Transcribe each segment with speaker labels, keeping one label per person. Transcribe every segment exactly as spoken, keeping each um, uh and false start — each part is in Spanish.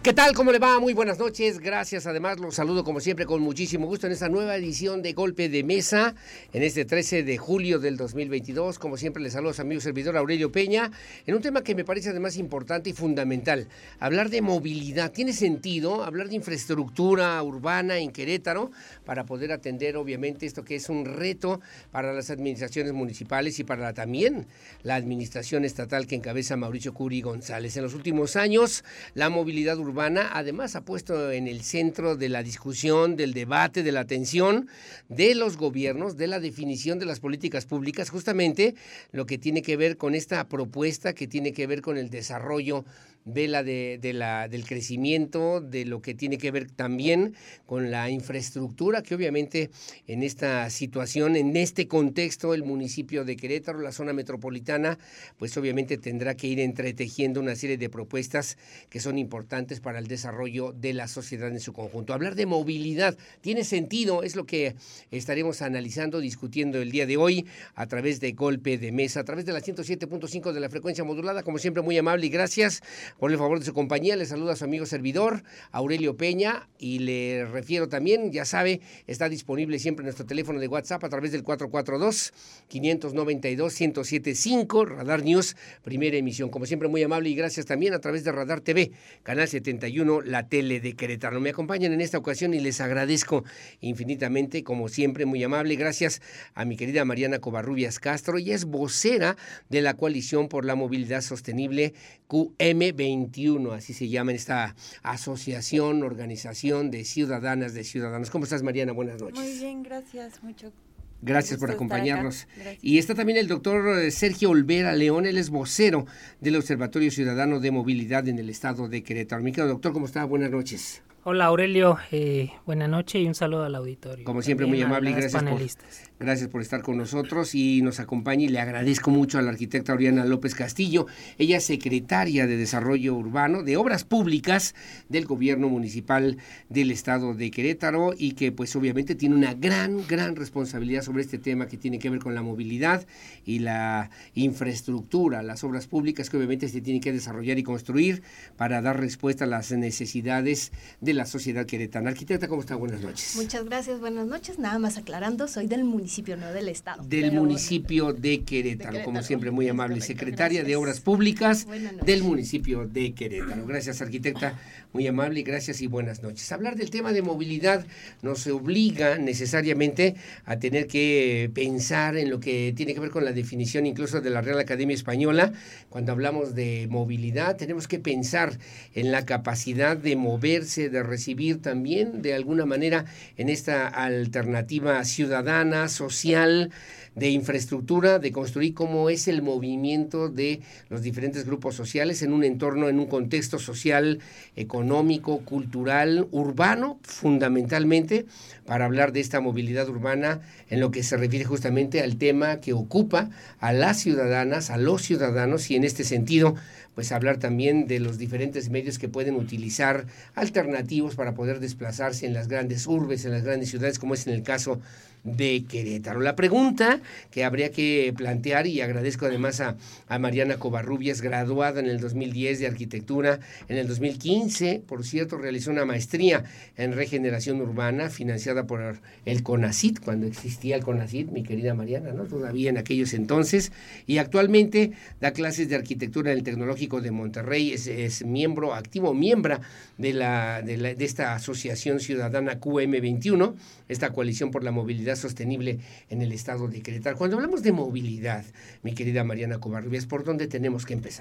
Speaker 1: ¿Qué tal? ¿Cómo le va? Muy buenas noches. Gracias. Además, los saludo como siempre con muchísimo gusto en esta nueva edición de Golpe de Mesa, en este trece de julio del dos mil veintidós. Como siempre, les saludo a su amigo servidor Aurelio Peña, en un tema que me parece además importante y fundamental. Hablar de movilidad. ¿Tiene sentido hablar de infraestructura urbana en Querétaro para poder atender, obviamente, esto que es un reto para las administraciones municipales y para la, también la administración estatal que encabeza Mauricio Curi González? En los últimos años, la movilidad urbana urbana, además ha puesto en el centro de la discusión, del debate, de la atención de los gobiernos, de la definición de las políticas públicas, justamente lo que tiene que ver con esta propuesta, que tiene que ver con el desarrollo de la de, de la del crecimiento, de lo que tiene que ver también con la infraestructura, que obviamente en esta situación, en este contexto, el municipio de Querétaro, la zona metropolitana, pues obviamente tendrá que ir entretejiendo una serie de propuestas que son importantes para el desarrollo de la sociedad en su conjunto. Hablar de movilidad tiene sentido, es lo que estaremos analizando, discutiendo el día de hoy a través de Golpe de Mesa, a través de la ciento siete punto cinco de la frecuencia modulada, como siempre muy amable y gracias por el favor de su compañía. Le saluda a su amigo servidor Aurelio Peña y le refiero también, ya sabe, está disponible siempre nuestro teléfono de WhatsApp a través del cuatro cuatro dos, cinco nueve dos, uno cero siete cinco, Radar News, primera emisión. Como siempre muy amable y gracias también a través de Radar T V, Canal setenta y uno, la tele de Querétaro. Me acompañan en esta ocasión y les agradezco infinitamente, como siempre muy amable. Gracias a mi querida Mariana Covarrubias Castro, ella es vocera de la Coalición por la Movilidad Sostenible Q M veintiuno, así se llama esta asociación, organización de ciudadanas, de ciudadanos. ¿Cómo estás, Mariana? Buenas noches.
Speaker 2: Muy bien, gracias, mucho.
Speaker 1: Gracias por acompañarnos. Y está también el doctor Sergio Olvera León, él es vocero del Observatorio Ciudadano de Movilidad en el estado de Querétaro. Mi querido doctor, ¿cómo está? Buenas noches.
Speaker 3: Hola Aurelio, eh, buena noche y un saludo al auditorio.
Speaker 1: Como siempre, muy amable y gracias por, gracias por estar con nosotros y nos acompaña y le agradezco mucho a la arquitecta Oriana López Castillo. Ella es secretaria de Desarrollo Urbano, de Obras Públicas del Gobierno Municipal del Estado de Querétaro y que pues obviamente tiene una gran, gran responsabilidad sobre este tema que tiene que ver con la movilidad y la infraestructura, las obras públicas que obviamente se tienen que desarrollar y construir para dar respuesta a las necesidades de la sociedad queretana. Arquitecta, ¿cómo está? Buenas noches.
Speaker 2: Muchas gracias, buenas noches. Nada más aclarando, soy del municipio, no del estado.
Speaker 1: Del municipio bueno, de, Querétaro, de Querétaro, como siempre, muy amable. Correcto, secretaria gracias. De Obras Públicas del municipio de Querétaro. Gracias, arquitecta, muy amable, gracias y buenas noches. Hablar del tema de movilidad nos obliga necesariamente a tener que pensar en lo que tiene que ver con la definición incluso de la Real Academia Española. Cuando hablamos de movilidad, tenemos que pensar en la capacidad de moverse, de recibir también de alguna manera en esta alternativa ciudadana, social, de infraestructura, de construir cómo es el movimiento de los diferentes grupos sociales en un entorno, en un contexto social, económico, cultural, urbano, fundamentalmente, para hablar de esta movilidad urbana en lo que se refiere justamente al tema que ocupa a las ciudadanas, a los ciudadanos y en este sentido, pues hablar también de los diferentes medios que pueden utilizar alternativos para poder desplazarse en las grandes urbes, en las grandes ciudades, como es en el caso de Querétaro. La pregunta que habría que plantear, y agradezco además a, a Mariana Covarrubias, graduada en el dos mil diez de Arquitectura, en el dos mil quince, por cierto, realizó una maestría en Regeneración Urbana, financiada por el CONACYT, cuando existía el CONACYT, mi querida Mariana, ¿no? Todavía en aquellos entonces, y actualmente da clases de Arquitectura en el Tecnológico de Monterrey, es, es miembro, activo, miembro de, la, de, la, de esta Asociación Ciudadana Q M veintiuno, esta coalición por la movilidad sostenible en el estado de Querétaro. Cuando hablamos de movilidad, mi querida Mariana Covarrubias, ¿por dónde tenemos que empezar?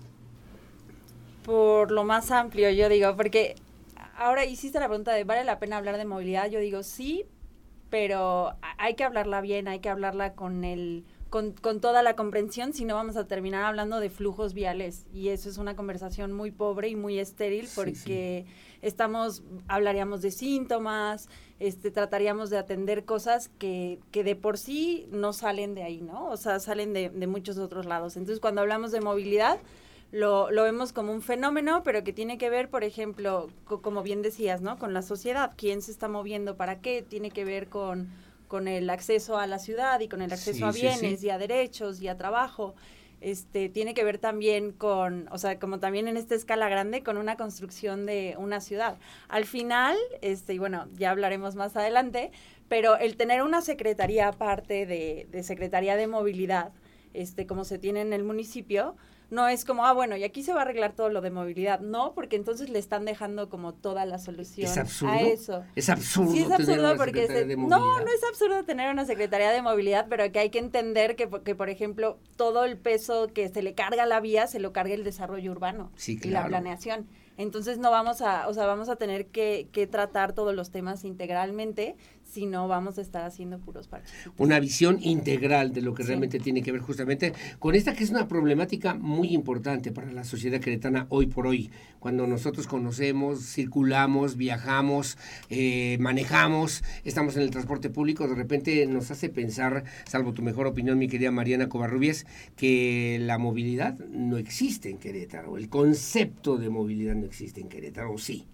Speaker 2: Por lo más amplio, yo digo, porque ahora hiciste la pregunta de ¿vale la pena hablar de movilidad? Yo digo sí, pero hay que hablarla bien, hay que hablarla con el con, con toda la comprensión, si no vamos a terminar hablando de flujos viales, y eso es una conversación muy pobre y muy estéril, porque sí, sí. estamos, hablaríamos de síntomas, este, trataríamos de atender cosas que, que de por sí no salen de ahí, ¿no? O sea, salen de, de muchos otros lados. Entonces, cuando hablamos de movilidad, Lo, lo vemos como un fenómeno, pero que tiene que ver, por ejemplo, co- como bien decías, ¿no? Con la sociedad, quién se está moviendo, para qué, tiene que ver con, con el acceso a la ciudad y con el acceso sí, a bienes sí, sí. y a derechos y a trabajo. este, tiene que ver también con, o sea, como también en esta escala grande, con una construcción de una ciudad. Al final, este, y bueno, ya hablaremos más adelante, pero el tener una secretaría aparte de, de Secretaría de Movilidad, este, como se tiene en el municipio, no es como, ah, bueno, y aquí se va a arreglar todo lo de movilidad. No, porque entonces le están dejando como toda la solución
Speaker 1: ¿Es absurdo?
Speaker 2: a eso.
Speaker 1: Es absurdo.
Speaker 2: Sí, es absurdo porque se,
Speaker 1: de
Speaker 2: no, no es absurdo tener una Secretaría de Movilidad, pero que hay que entender que, que, por ejemplo, todo el peso que se le carga a la vía se lo carga el desarrollo urbano
Speaker 1: sí, claro.
Speaker 2: y la planeación. Entonces no vamos a, o sea, vamos a tener que, que tratar todos los temas integralmente, si no vamos a estar haciendo puros parches.
Speaker 1: Una visión integral de lo que sí. realmente tiene que ver justamente con esta que es una problemática muy importante para la sociedad queretana hoy por hoy. Cuando nosotros conocemos, circulamos, viajamos, eh, manejamos, estamos en el transporte público, de repente nos hace pensar, salvo tu mejor opinión, mi querida Mariana Covarrubias, que la movilidad no existe en Querétaro, el concepto de movilidad no existe en Querétaro, ¿o sí?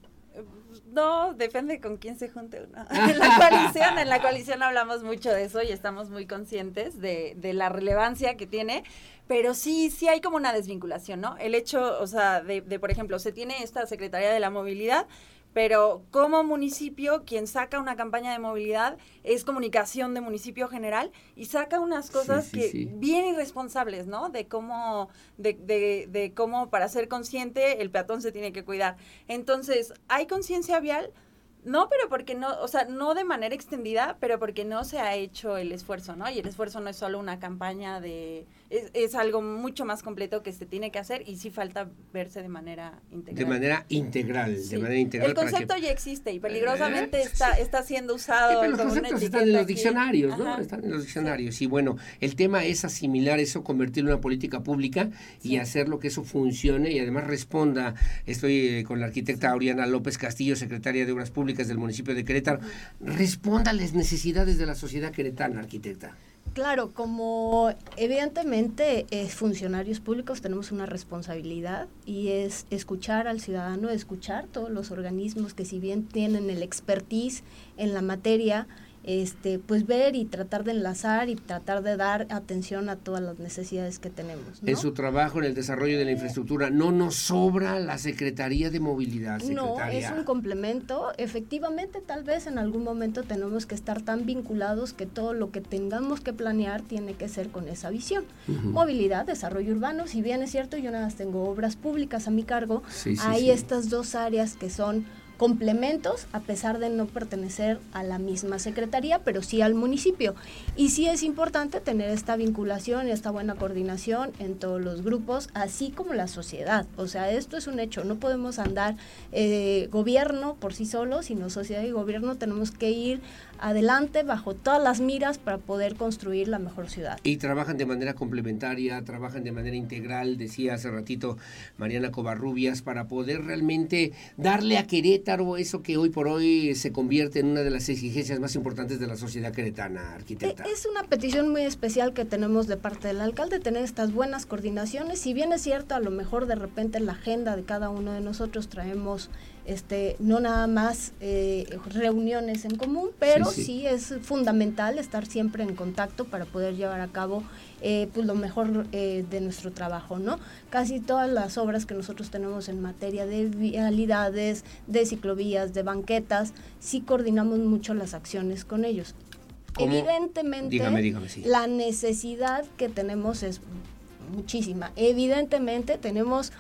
Speaker 2: No, depende con quién se junte uno. En la coalición, en la coalición hablamos mucho de eso y estamos muy conscientes de, de la relevancia que tiene, pero sí, sí hay como una desvinculación, ¿no? El hecho, o sea, de, de por ejemplo, se tiene esta Secretaría de la Movilidad, pero como municipio, quien saca una campaña de movilidad es Comunicación de Municipio General y saca unas cosas sí, sí, que sí. bien irresponsables, ¿no? De cómo, de, de, de cómo para ser consciente el peatón se tiene que cuidar. Entonces, ¿hay conciencia vial? No, pero porque no, o sea, no de manera extendida, pero porque no se ha hecho el esfuerzo, ¿no? Y el esfuerzo no es solo una campaña de, es, es algo mucho más completo que se tiene que hacer y sí falta verse de manera integral.
Speaker 1: De manera integral, sí. de manera integral.
Speaker 2: El concepto que... ya existe y peligrosamente eh, está, está siendo usado.
Speaker 1: Sí, pero los conceptos están en los diccionarios, ¿no?
Speaker 2: Ajá.
Speaker 1: Están en los diccionarios. Sí. Y bueno, el tema es asimilar eso, convertirlo en una política pública sí. y hacer lo que eso funcione y además responda. Estoy eh, con la arquitecta sí. Auriana López Castillo, secretaria de Obras Públicas del municipio de Querétaro. Responda a las necesidades de la sociedad queretana, arquitecta.
Speaker 4: Claro, como evidentemente eh, funcionarios públicos tenemos una responsabilidad y es escuchar al ciudadano, escuchar todos los organismos que si bien tienen el expertise en la materia, este, pues ver y tratar de enlazar y tratar de dar atención a todas las necesidades que tenemos, ¿no?
Speaker 1: En su trabajo, en el desarrollo de la infraestructura, ¿no nos sobra la Secretaría de Movilidad, secretaria?
Speaker 4: No, es un complemento. Efectivamente, tal vez en algún momento tenemos que estar tan vinculados que todo lo que tengamos que planear tiene que ser con esa visión. Uh-huh. Movilidad, desarrollo urbano, si bien es cierto, yo nada más tengo obras públicas a mi cargo, sí, sí, hay sí. estas dos áreas que son complementos, a pesar de no pertenecer a la misma secretaría, pero sí al municipio. Y sí es importante tener esta vinculación y esta buena coordinación en todos los grupos, así como la sociedad. O sea, esto es un hecho, no podemos andar eh, gobierno por sí solo, sino sociedad y gobierno tenemos que ir adelante bajo todas las miras para poder construir la mejor ciudad.
Speaker 1: Y trabajan de manera complementaria, trabajan de manera integral, decía hace ratito Mariana Covarrubias, para poder realmente darle a Querétaro eso que hoy por hoy se convierte en una de las exigencias más importantes de la sociedad queretana, arquitecta.
Speaker 4: Es una petición muy especial que tenemos de parte del alcalde, tener estas buenas coordinaciones. Si bien es cierto, a lo mejor de repente en la agenda de cada uno de nosotros traemos este no nada más eh, reuniones en común, pero sí, sí. sí es fundamental estar siempre en contacto para poder llevar a cabo eh, pues lo mejor eh, de nuestro trabajo, ¿no? Casi todas las obras que nosotros tenemos en materia de vialidades, de ciclovías, de banquetas, sí coordinamos mucho las acciones con ellos.
Speaker 1: ¿Cómo?
Speaker 4: Evidentemente,
Speaker 1: dígame, dígame, sí.
Speaker 4: la necesidad que tenemos es muchísima. Evidentemente tenemos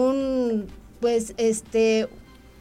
Speaker 4: un, pues, este...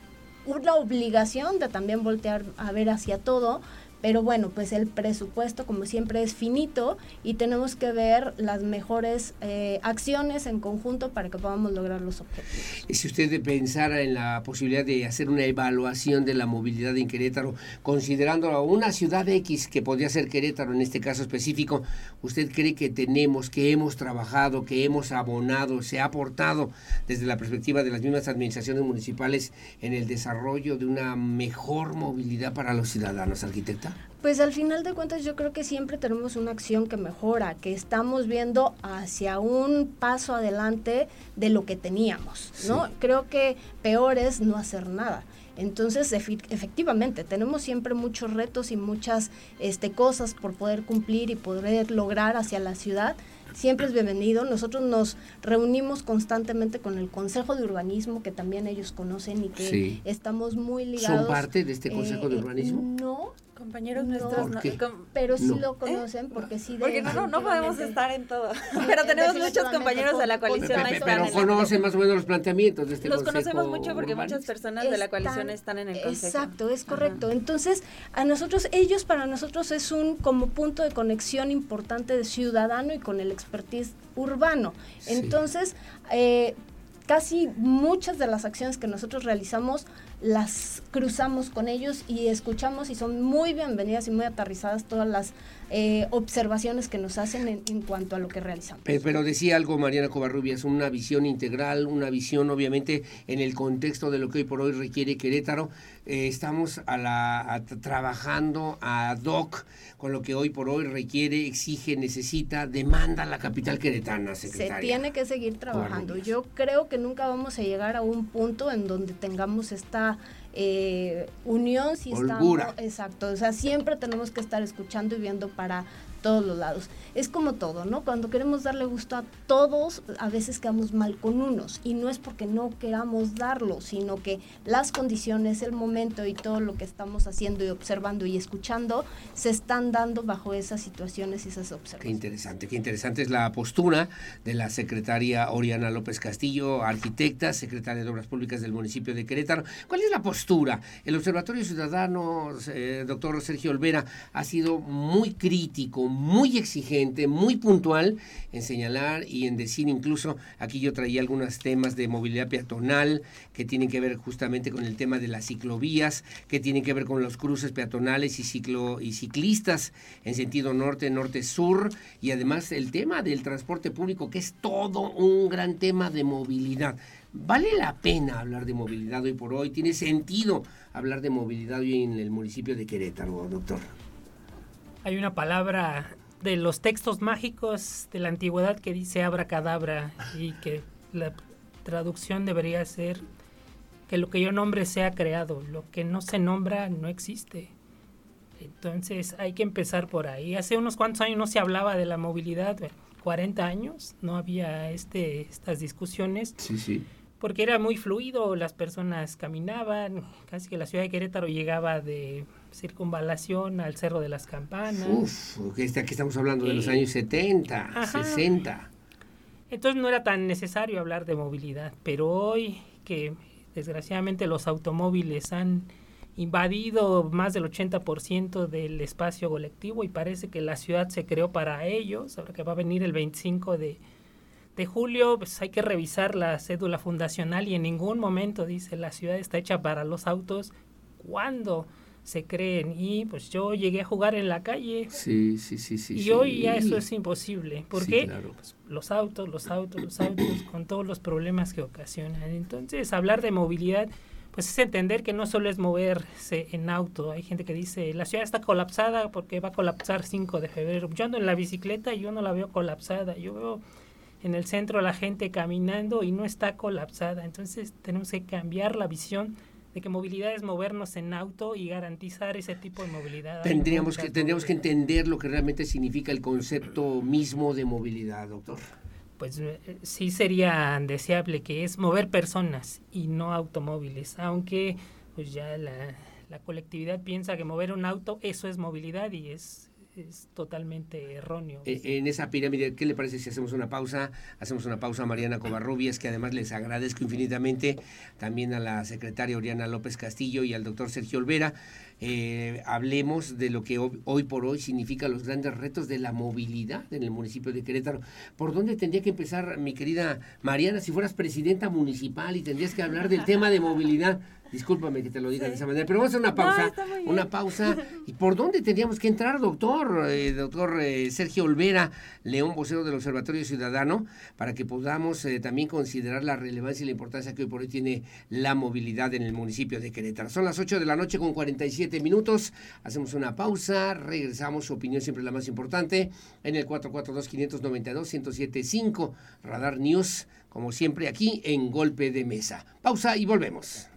Speaker 4: una obligación de también voltear a ver hacia todo, pero bueno, pues el presupuesto como siempre es finito y tenemos que ver las mejores eh, acciones en conjunto para que podamos lograr los objetivos.
Speaker 1: Y si usted pensara en la posibilidad de hacer una evaluación de la movilidad en Querétaro, considerando a una ciudad X que podría ser Querétaro en este caso específico, ¿usted cree que tenemos, que hemos trabajado, que hemos abonado, se ha aportado desde la perspectiva de las mismas administraciones municipales en el desarrollo de una mejor movilidad para los ciudadanos, arquitecta?
Speaker 4: Pues al final de cuentas yo creo que siempre tenemos una acción que mejora, que estamos viendo hacia un paso adelante de lo que teníamos, ¿no? Sí. Creo que peor es no hacer nada. Entonces, efectivamente, tenemos siempre muchos retos y muchas este, cosas por poder cumplir y poder lograr hacia la ciudad. siempre es bienvenido. Nosotros nos reunimos constantemente con el Consejo de Urbanismo, que también ellos conocen y que sí. estamos muy ligados.
Speaker 1: ¿Son parte de este Consejo eh, de Urbanismo?
Speaker 4: No.
Speaker 2: Compañeros nuestros,
Speaker 4: no,
Speaker 2: no,
Speaker 4: pero sí
Speaker 1: no.
Speaker 4: lo conocen porque sí.
Speaker 2: Porque no, no, no podemos estar en todo. Pero tenemos muchos compañeros de la coalición.
Speaker 1: Pero, pero, pero conocen más o menos los planteamientos de este
Speaker 2: Los
Speaker 1: consejo.
Speaker 2: Los conocemos mucho porque muchas personas están, de la coalición están en el consejo.
Speaker 4: Exacto, es correcto. Ajá. Entonces, a nosotros, ellos para nosotros es un como punto de conexión importante de ciudadano y con el expertise urbano. Sí. Entonces, eh, casi muchas de las acciones que nosotros realizamos las cruzamos con ellos y escuchamos y son muy bienvenidas y muy aterrizadas todas las eh, observaciones que nos hacen en, en cuanto a lo que realizamos.
Speaker 1: Pero, pero decía algo Mariana Covarrubias, una visión integral, una visión obviamente en el contexto de lo que hoy por hoy requiere Querétaro. Eh, estamos a la, a, trabajando ad hoc con lo que hoy por hoy requiere, exige, necesita, demanda la capital queretana, secretaria.
Speaker 4: Se tiene que seguir trabajando. Yo creo que nunca vamos a llegar a un punto en donde tengamos esta Eh, unión si
Speaker 1: Holgura.
Speaker 4: estamos, exacto, o sea, siempre tenemos que estar escuchando y viendo para todos los lados. Es como todo, ¿no? Cuando queremos darle gusto a todos, a veces quedamos mal con unos, y no es porque no queramos darlo, sino que las condiciones, el momento y todo lo que estamos haciendo y observando y escuchando se están dando bajo esas situaciones y esas observaciones.
Speaker 1: Qué interesante, qué interesante es la postura de la secretaria Oriana López Castillo, arquitecta, secretaria de Obras Públicas del municipio de Querétaro. ¿Cuál es la postura? El Observatorio Ciudadano, eh, doctor Sergio Olvera, ha sido muy crítico, muy exigente, muy puntual en señalar y en decir, incluso aquí yo traía algunos temas de movilidad peatonal que tienen que ver justamente con el tema de las ciclovías, que tienen que ver con los cruces peatonales y ciclo y ciclistas en sentido norte, norte-sur, y además el tema del transporte público, que es todo un gran tema de movilidad. ¿Vale la pena hablar de movilidad hoy por hoy? ¿Tiene sentido hablar de movilidad hoy en el municipio de Querétaro, doctor?
Speaker 3: Hay una palabra de los textos mágicos de la antigüedad que dice abracadabra, y que la traducción debería ser que lo que yo nombre sea creado, lo que no se nombra no existe. Entonces hay que empezar por ahí. Hace unos cuantos años no se hablaba de la movilidad, cuarenta años, no había este estas discusiones.
Speaker 1: Sí, sí.
Speaker 3: Porque era muy fluido, las personas caminaban, casi que la ciudad de Querétaro llegaba de Circunvalación al Cerro de las Campanas.
Speaker 1: Uf, este, aquí estamos hablando de los años setenta, ajá, sesenta.
Speaker 3: Entonces no era tan necesario hablar de movilidad, pero hoy que desgraciadamente los automóviles han invadido más del ochenta por ciento del espacio colectivo y parece que la ciudad se creó para ellos, ahora que va a venir el veinticinco de julio, pues hay que revisar la cédula fundacional y en ningún momento dice la ciudad está hecha para los autos. ¿Cuándo se creen? Y pues yo llegué a jugar en la calle.
Speaker 1: Sí, sí, sí, sí.
Speaker 3: Y
Speaker 1: sí.
Speaker 3: hoy ya eso es imposible. ¿Por
Speaker 1: sí,
Speaker 3: qué?
Speaker 1: Claro.
Speaker 3: Pues los autos, los autos, los autos, con todos los problemas que ocasionan. Entonces, hablar de movilidad, pues es entender que no solo es moverse en auto. Hay gente que dice, la ciudad está colapsada porque va a colapsar cinco de febrero. Yo ando en la bicicleta y yo no la veo colapsada. Yo veo en el centro la gente caminando y no está colapsada. Entonces tenemos que cambiar la visión de que movilidad es movernos en auto y garantizar ese tipo de movilidad.
Speaker 1: Tendríamos que, tendríamos que entender lo que realmente significa el concepto mismo de movilidad, doctor.
Speaker 3: Pues eh, sí sería deseable que es mover personas y no automóviles, aunque pues ya la, la colectividad piensa que mover un auto, eso es movilidad y es... es totalmente erróneo.
Speaker 1: En esa pirámide, ¿qué le parece si hacemos una pausa? Hacemos una pausa a Mariana Covarrubias, que además les agradezco infinitamente, también a la secretaria Oriana López Castillo y al doctor Sergio Olvera. Eh, hablemos de lo que hoy, hoy por hoy significa los grandes retos de la movilidad en el municipio de Querétaro. ¿Por dónde tendría que empezar, mi querida Mariana, si fueras presidenta municipal y tendrías que hablar del tema de movilidad? Discúlpame que te lo diga sí. de esa manera, pero vamos a hacer una pausa, no, una pausa. ¿Y por dónde tendríamos que entrar, doctor? Eh, doctor eh, Sergio Olvera, León, vocero del Observatorio Ciudadano, para que podamos eh, también considerar la relevancia y la importancia que hoy por hoy tiene la movilidad en el municipio de Querétaro. Son las ocho de la noche con cuarenta y siete minutos, hacemos una pausa, regresamos, su opinión siempre la más importante, en el cuatro cuatro dos, cinco nueve dos, uno cero siete cinco, Radar News, como siempre aquí en Golpe de Mesa. Pausa y volvemos.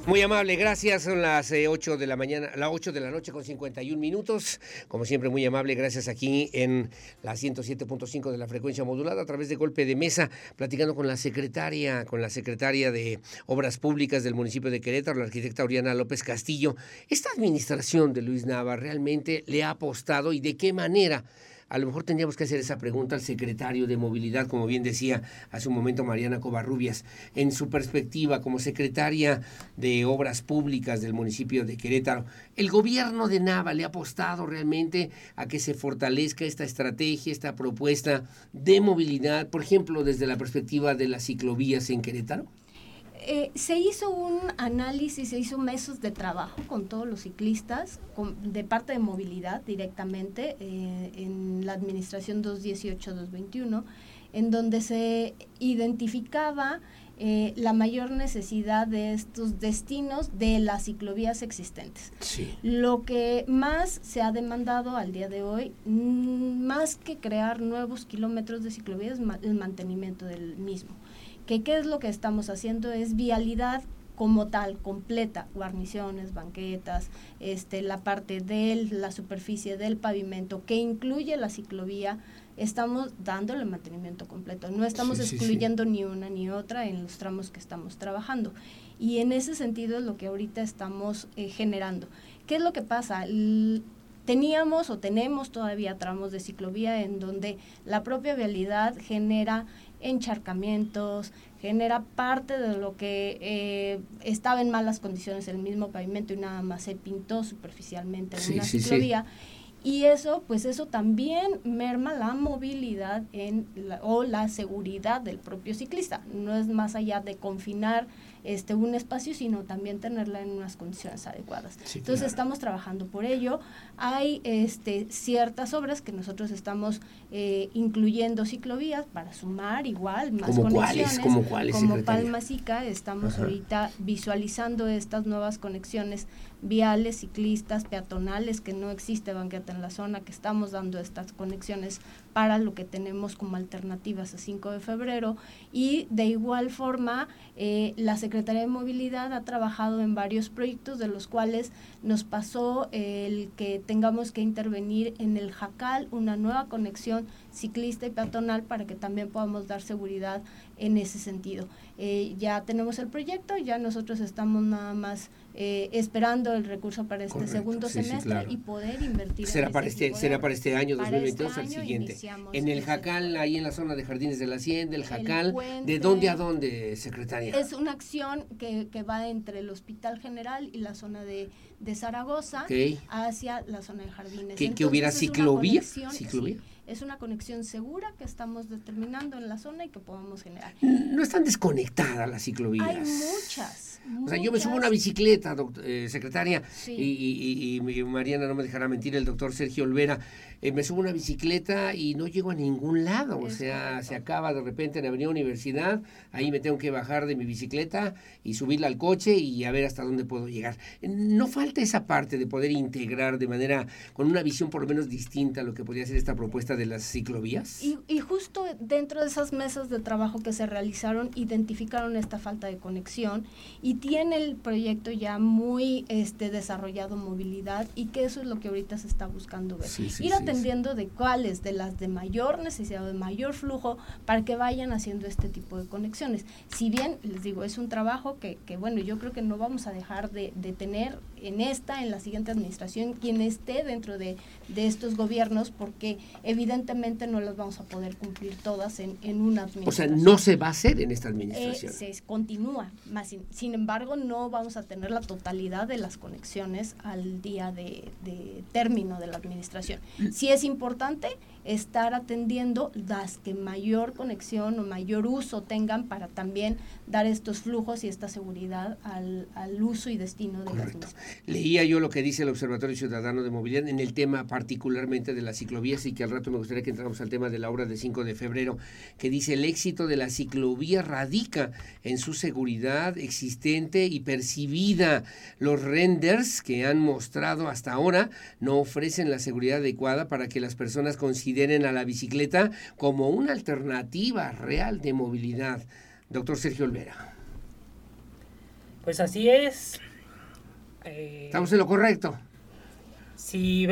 Speaker 1: Muy amable, gracias. Son las eh, ocho de la mañana, las ocho de la noche con cincuenta y un minutos. Como siempre, muy amable, gracias aquí en la ciento siete punto cinco de la frecuencia modulada a través de Golpe de Mesa, platicando con la secretaria, con la secretaria de Obras Públicas del municipio de Querétaro, la arquitecta Oriana López Castillo. Esta administración de Luis Nava realmente le ha apostado, y de qué manera. A lo mejor tendríamos que hacer esa pregunta al secretario de Movilidad, como bien decía hace un momento Mariana Covarrubias, en su perspectiva como secretaria de Obras Públicas del municipio de Querétaro. ¿El gobierno de Nava le ha apostado realmente a que se fortalezca esta estrategia, esta propuesta de movilidad, por ejemplo, desde la perspectiva de las ciclovías en Querétaro?
Speaker 4: Eh, se hizo un análisis, se hizo meses de trabajo con todos los ciclistas, con, de parte de movilidad directamente, eh, en la administración dos dieciocho dos veintiuno, en donde se identificaba eh, la mayor necesidad de estos destinos de las ciclovías existentes.
Speaker 1: Sí.
Speaker 4: Lo que más se ha demandado al día de hoy, mmm, más que crear nuevos kilómetros de ciclovías, es ma- el mantenimiento del mismo. Que qué es lo que estamos haciendo es vialidad como tal, completa, guarniciones, banquetas, este, la parte de la superficie del pavimento que incluye la ciclovía, estamos dándole mantenimiento completo, no estamos sí, excluyendo sí, sí. ni una ni otra en los tramos que estamos trabajando, y en ese sentido es lo que ahorita estamos eh, generando. ¿Qué es lo que pasa? El, Teníamos o tenemos todavía tramos de ciclovía en donde la propia vialidad genera encharcamientos, genera parte de lo que eh, estaba en malas condiciones el mismo pavimento y nada más se pintó superficialmente en sí, una sí, ciclovía. Sí. Y eso, pues eso también merma la movilidad en la, o la seguridad del propio ciclista. No es más allá de confinar este un espacio, sino también tenerla en unas condiciones adecuadas. Sí, Entonces claro. estamos trabajando por ello. Hay este ciertas obras que nosotros estamos eh, incluyendo ciclovías para sumar igual más
Speaker 1: ¿Cómo
Speaker 4: conexiones.
Speaker 1: Cuáles, ¿Cómo cuáles,
Speaker 4: como
Speaker 1: secretaria?
Speaker 4: Palma-Sica, estamos
Speaker 1: Ajá.
Speaker 4: ahorita visualizando estas nuevas conexiones viales, ciclistas, peatonales, que no existe banqueta en la zona, que estamos dando estas conexiones para lo que tenemos como alternativas a cinco de febrero, y de igual forma eh, la Secretaría de Movilidad ha trabajado en varios proyectos, de los cuales nos pasó el que tengamos que intervenir en el Jacal, una nueva conexión ciclista y peatonal para que también podamos dar seguridad en ese sentido. Eh, ya tenemos el proyecto, ya nosotros estamos nada más eh, esperando el recurso para este Correcto, segundo sí, semestre sí, claro. y poder invertir
Speaker 1: será
Speaker 4: en
Speaker 1: para
Speaker 4: este
Speaker 1: este será para este año dos mil veintidós
Speaker 4: este
Speaker 1: al
Speaker 4: año
Speaker 1: siguiente. En el Jacal, ahí en la zona de Jardines de la Hacienda, el Jacal, el ¿de dónde a dónde, secretaria?
Speaker 4: Es una acción que, que va entre el Hospital General y la zona de, de Zaragoza,
Speaker 1: okay.
Speaker 4: hacia la zona de Jardines.
Speaker 1: ¿Que, que hubiera ciclovía? ¿Ciclovía?
Speaker 4: Sí, es una conexión segura que estamos determinando en la zona y que podamos generar.
Speaker 1: No están desconectadas las ciclovías.
Speaker 4: Hay muchas.
Speaker 1: O sea, yo me subo a una bicicleta, doctor, eh, secretaria,
Speaker 4: sí.
Speaker 1: y, y, y, y Mariana no me dejará mentir, el doctor Sergio Olvera, eh, me subo a una bicicleta y no llego a ningún lado, o es sea, correcto. Se acaba de repente en Avenida Universidad, ahí me tengo que bajar de mi bicicleta y subirla al coche y a ver hasta dónde puedo llegar. No falta esa parte de poder integrar de manera, con una visión por lo menos distinta a lo que podría ser esta propuesta de las ciclovías.
Speaker 4: Y, y justo dentro de esas mesas de trabajo que se realizaron, identificaron esta falta de conexión, y tiene el proyecto ya muy este desarrollado movilidad, y que eso es lo que ahorita se está buscando ver. Sí, sí, Ir sí, atendiendo sí. de cuáles, de las de mayor necesidad, de mayor flujo, para que vayan haciendo este tipo de conexiones. Si bien, les digo, es un trabajo que, que bueno, yo creo que no vamos a dejar de, de tener en esta, en la siguiente administración, quien esté dentro de, de estos gobiernos, porque evidentemente no las vamos a poder cumplir todas en, en una administración.
Speaker 1: O sea, no se va a hacer en esta administración.
Speaker 4: Eh, se continúa, más sin, sin embargo, no vamos a tener la totalidad de las conexiones al día de, de término de la administración. Sí es importante estar atendiendo las que mayor conexión o mayor uso tengan, para también dar estos flujos y esta seguridad al, al uso y destino de
Speaker 1: Correcto.
Speaker 4: las mismas.
Speaker 1: Leía yo lo que dice el Observatorio Ciudadano de Movilidad en el tema particularmente de las ciclovías, y que al rato me gustaría que entráramos al tema de la obra de cinco de febrero, que dice: el éxito de la ciclovía radica en su seguridad existente y percibida. Los renders que han mostrado hasta ahora no ofrecen la seguridad adecuada para que las personas consideren a la bicicleta como una alternativa real de movilidad. Doctor Sergio Olvera.
Speaker 3: Pues así es. Eh,
Speaker 1: Estamos en lo correcto.
Speaker 3: Si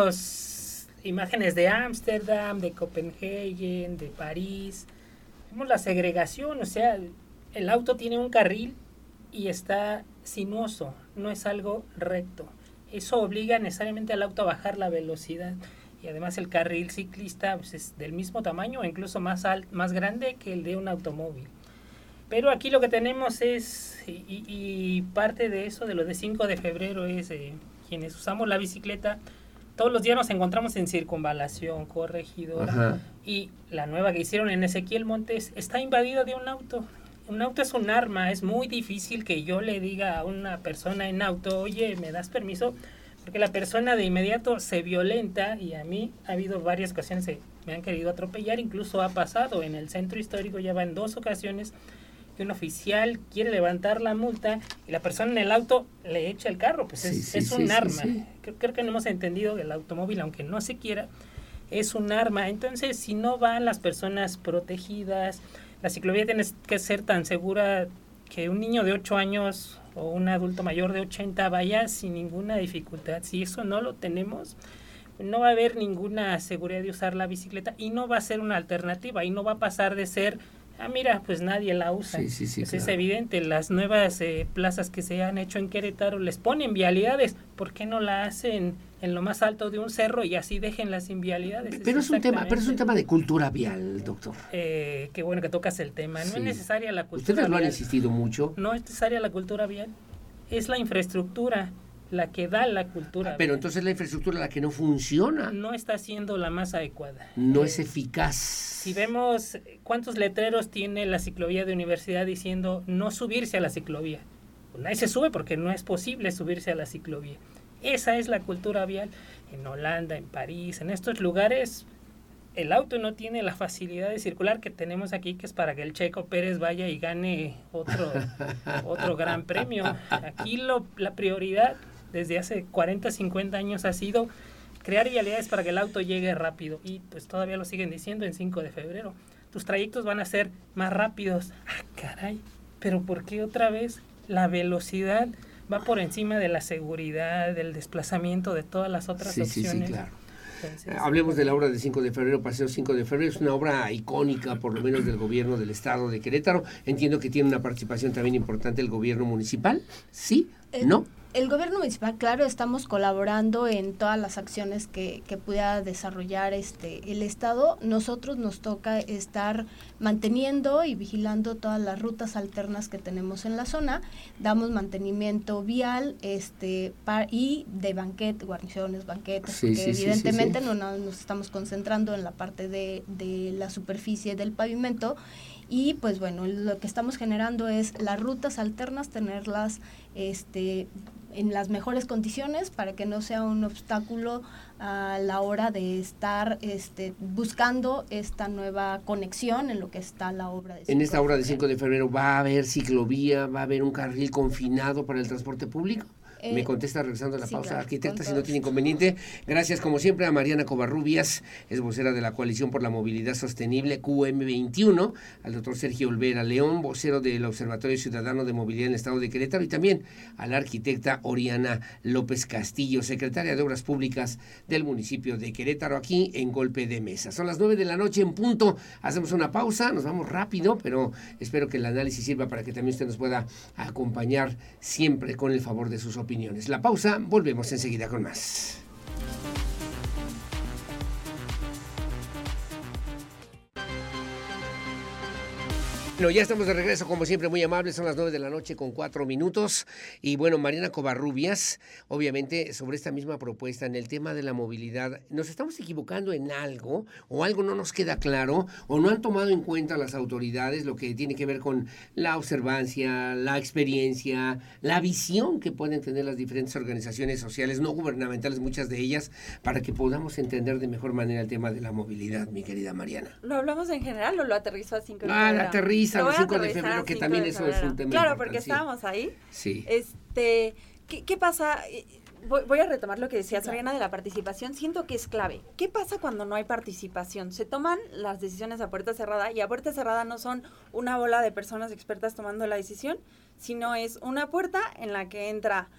Speaker 3: vemos imágenes de Ámsterdam, de Copenhague, de París, vemos la segregación, o sea, el auto tiene un carril y está sinuoso, no es algo recto. Eso obliga necesariamente al auto a bajar la velocidad. Y además el carril ciclista pues, es del mismo tamaño o incluso más, alt, más grande que el de un automóvil. Pero aquí lo que tenemos es, y, y parte de eso, de lo de cinco de febrero, es eh, quienes usamos la bicicleta, todos los días nos encontramos en Circunvalación, Corregidora, Ajá. y la nueva que hicieron en Ezequiel Montes está invadida de un auto. Un auto es un arma, es muy difícil que yo le diga a una persona en auto, oye, ¿me das permiso? Porque la persona de inmediato se violenta, y a mí ha habido varias ocasiones que me han querido atropellar, incluso ha pasado en el centro histórico, ya va en dos ocasiones, que un oficial quiere levantar la multa y la persona en el auto le echa el carro, pues es, sí, sí, es un sí, arma. Sí, sí. Creo, creo que no hemos entendido que el automóvil, aunque no se quiera, es un arma. Entonces, si no van las personas protegidas, la ciclovía tiene que ser tan segura que un niño de ocho años o un adulto mayor de ochenta vaya sin ninguna dificultad. Si eso no lo tenemos, no va a haber ninguna seguridad de usar la bicicleta y no va a ser una alternativa y no va a pasar de ser, ah, mira, pues nadie la usa. Sí, sí, sí, pues claro. Es evidente, las nuevas eh, plazas que se han hecho en Querétaro les ponen vialidades. ¿Por qué no la hacen en lo más alto de un cerro y así dejen las invialidades?
Speaker 1: Pero es, es un tema, pero es un tema de cultura vial, doctor.
Speaker 3: Eh, qué bueno que tocas el tema. No sí. es necesaria la cultura
Speaker 1: Ustedes
Speaker 3: vial.
Speaker 1: Ustedes lo han insistido mucho.
Speaker 3: No es necesaria la cultura vial. Es la infraestructura la que da la cultura.
Speaker 1: Ah, pero
Speaker 3: vial.
Speaker 1: Entonces la infraestructura la que no funciona.
Speaker 3: No está siendo la más adecuada.
Speaker 1: No
Speaker 3: eh,
Speaker 1: es eficaz.
Speaker 3: Si vemos cuántos letreros tiene la ciclovía de universidad diciendo no subirse a la ciclovía. Pues nadie se sube porque no es posible subirse a la ciclovía. Esa es la cultura vial. En Holanda, en París, en estos lugares, el auto no tiene la facilidad de circular que tenemos aquí, que es para que el Checo Pérez vaya y gane otro, otro gran premio. Aquí lo, la prioridad desde hace cuarenta, cincuenta años ha sido crear vialidades para que el auto llegue rápido. Y pues todavía lo siguen diciendo en cinco de febrero. Tus trayectos van a ser más rápidos. Ah, caray, pero ¿por qué otra vez la velocidad va por encima de la seguridad, del desplazamiento, de todas las otras
Speaker 1: sí,
Speaker 3: opciones?
Speaker 1: Sí, sí, claro. Entonces, hablemos de la obra de cinco de febrero, Paseo cinco de febrero, es una obra icónica, por lo menos del gobierno del estado de Querétaro. Entiendo que tiene una participación también importante el gobierno municipal, ¿sí?
Speaker 4: Eh,
Speaker 1: ¿No?
Speaker 4: El gobierno municipal, claro, estamos colaborando en todas las acciones que, que pueda desarrollar este el estado. Nosotros nos toca estar manteniendo y vigilando todas las rutas alternas que tenemos en la zona. Damos mantenimiento vial este pa, y de banquetes, guarniciones, banquetes, sí, porque sí, evidentemente sí, sí, sí. no nos estamos concentrando en la parte de, de la superficie del pavimento. Y pues bueno, lo que estamos generando es las rutas alternas, tenerlas este en las mejores condiciones para que no sea un obstáculo a la hora de estar este, buscando esta nueva conexión en lo que está la obra de
Speaker 1: En esta obra de cinco de febrero, ¿va a haber ciclovía, va a haber un carril confinado para el transporte público? Eh, Me contesta regresando a la sí, pausa, claro, arquitecta, si no tiene inconveniente. Gracias, como siempre, a Mariana Covarrubias, es vocera de la Coalición por la Movilidad Sostenible, Q M veintiuno, al doctor Sergio Olvera León, vocero del Observatorio Ciudadano de Movilidad en el Estado de Querétaro, y también a la arquitecta Oriana López Castillo, secretaria de Obras Públicas del municipio de Querétaro, aquí en Golpe de Mesa. Son las nueve de la noche en punto, hacemos una pausa, nos vamos rápido, pero espero que el análisis sirva para que también usted nos pueda acompañar siempre con el favor de sus opiniones. La pausa, volvemos enseguida con más. Bueno, ya estamos de regreso, como siempre, muy amables, son las nueve de la noche con cuatro minutos, y bueno, Mariana Covarrubias, obviamente, sobre esta misma propuesta, en el tema de la movilidad, ¿nos estamos equivocando en algo, o algo no nos queda claro, o no han tomado en cuenta las autoridades lo que tiene que ver con la observancia, la experiencia, la visión que pueden tener las diferentes organizaciones sociales, no gubernamentales, muchas de ellas, para que podamos entender de mejor manera el tema de la movilidad, mi querida Mariana?
Speaker 2: ¿Lo hablamos en general o lo aterrizó a cinco de
Speaker 1: febrero?
Speaker 2: Ah,
Speaker 1: la aterriza. A los cinco de febrero, que también eso es un tema
Speaker 2: claro, porque sí. Estábamos ahí.
Speaker 1: Sí.
Speaker 2: Este, ¿qué, qué pasa? Voy, voy a retomar lo que decía Soriana de la participación. Siento que es clave. ¿Qué pasa cuando no hay participación? Se toman las decisiones a puerta cerrada, y a puerta cerrada no son una bola de personas expertas tomando la decisión, sino es una puerta en la que entra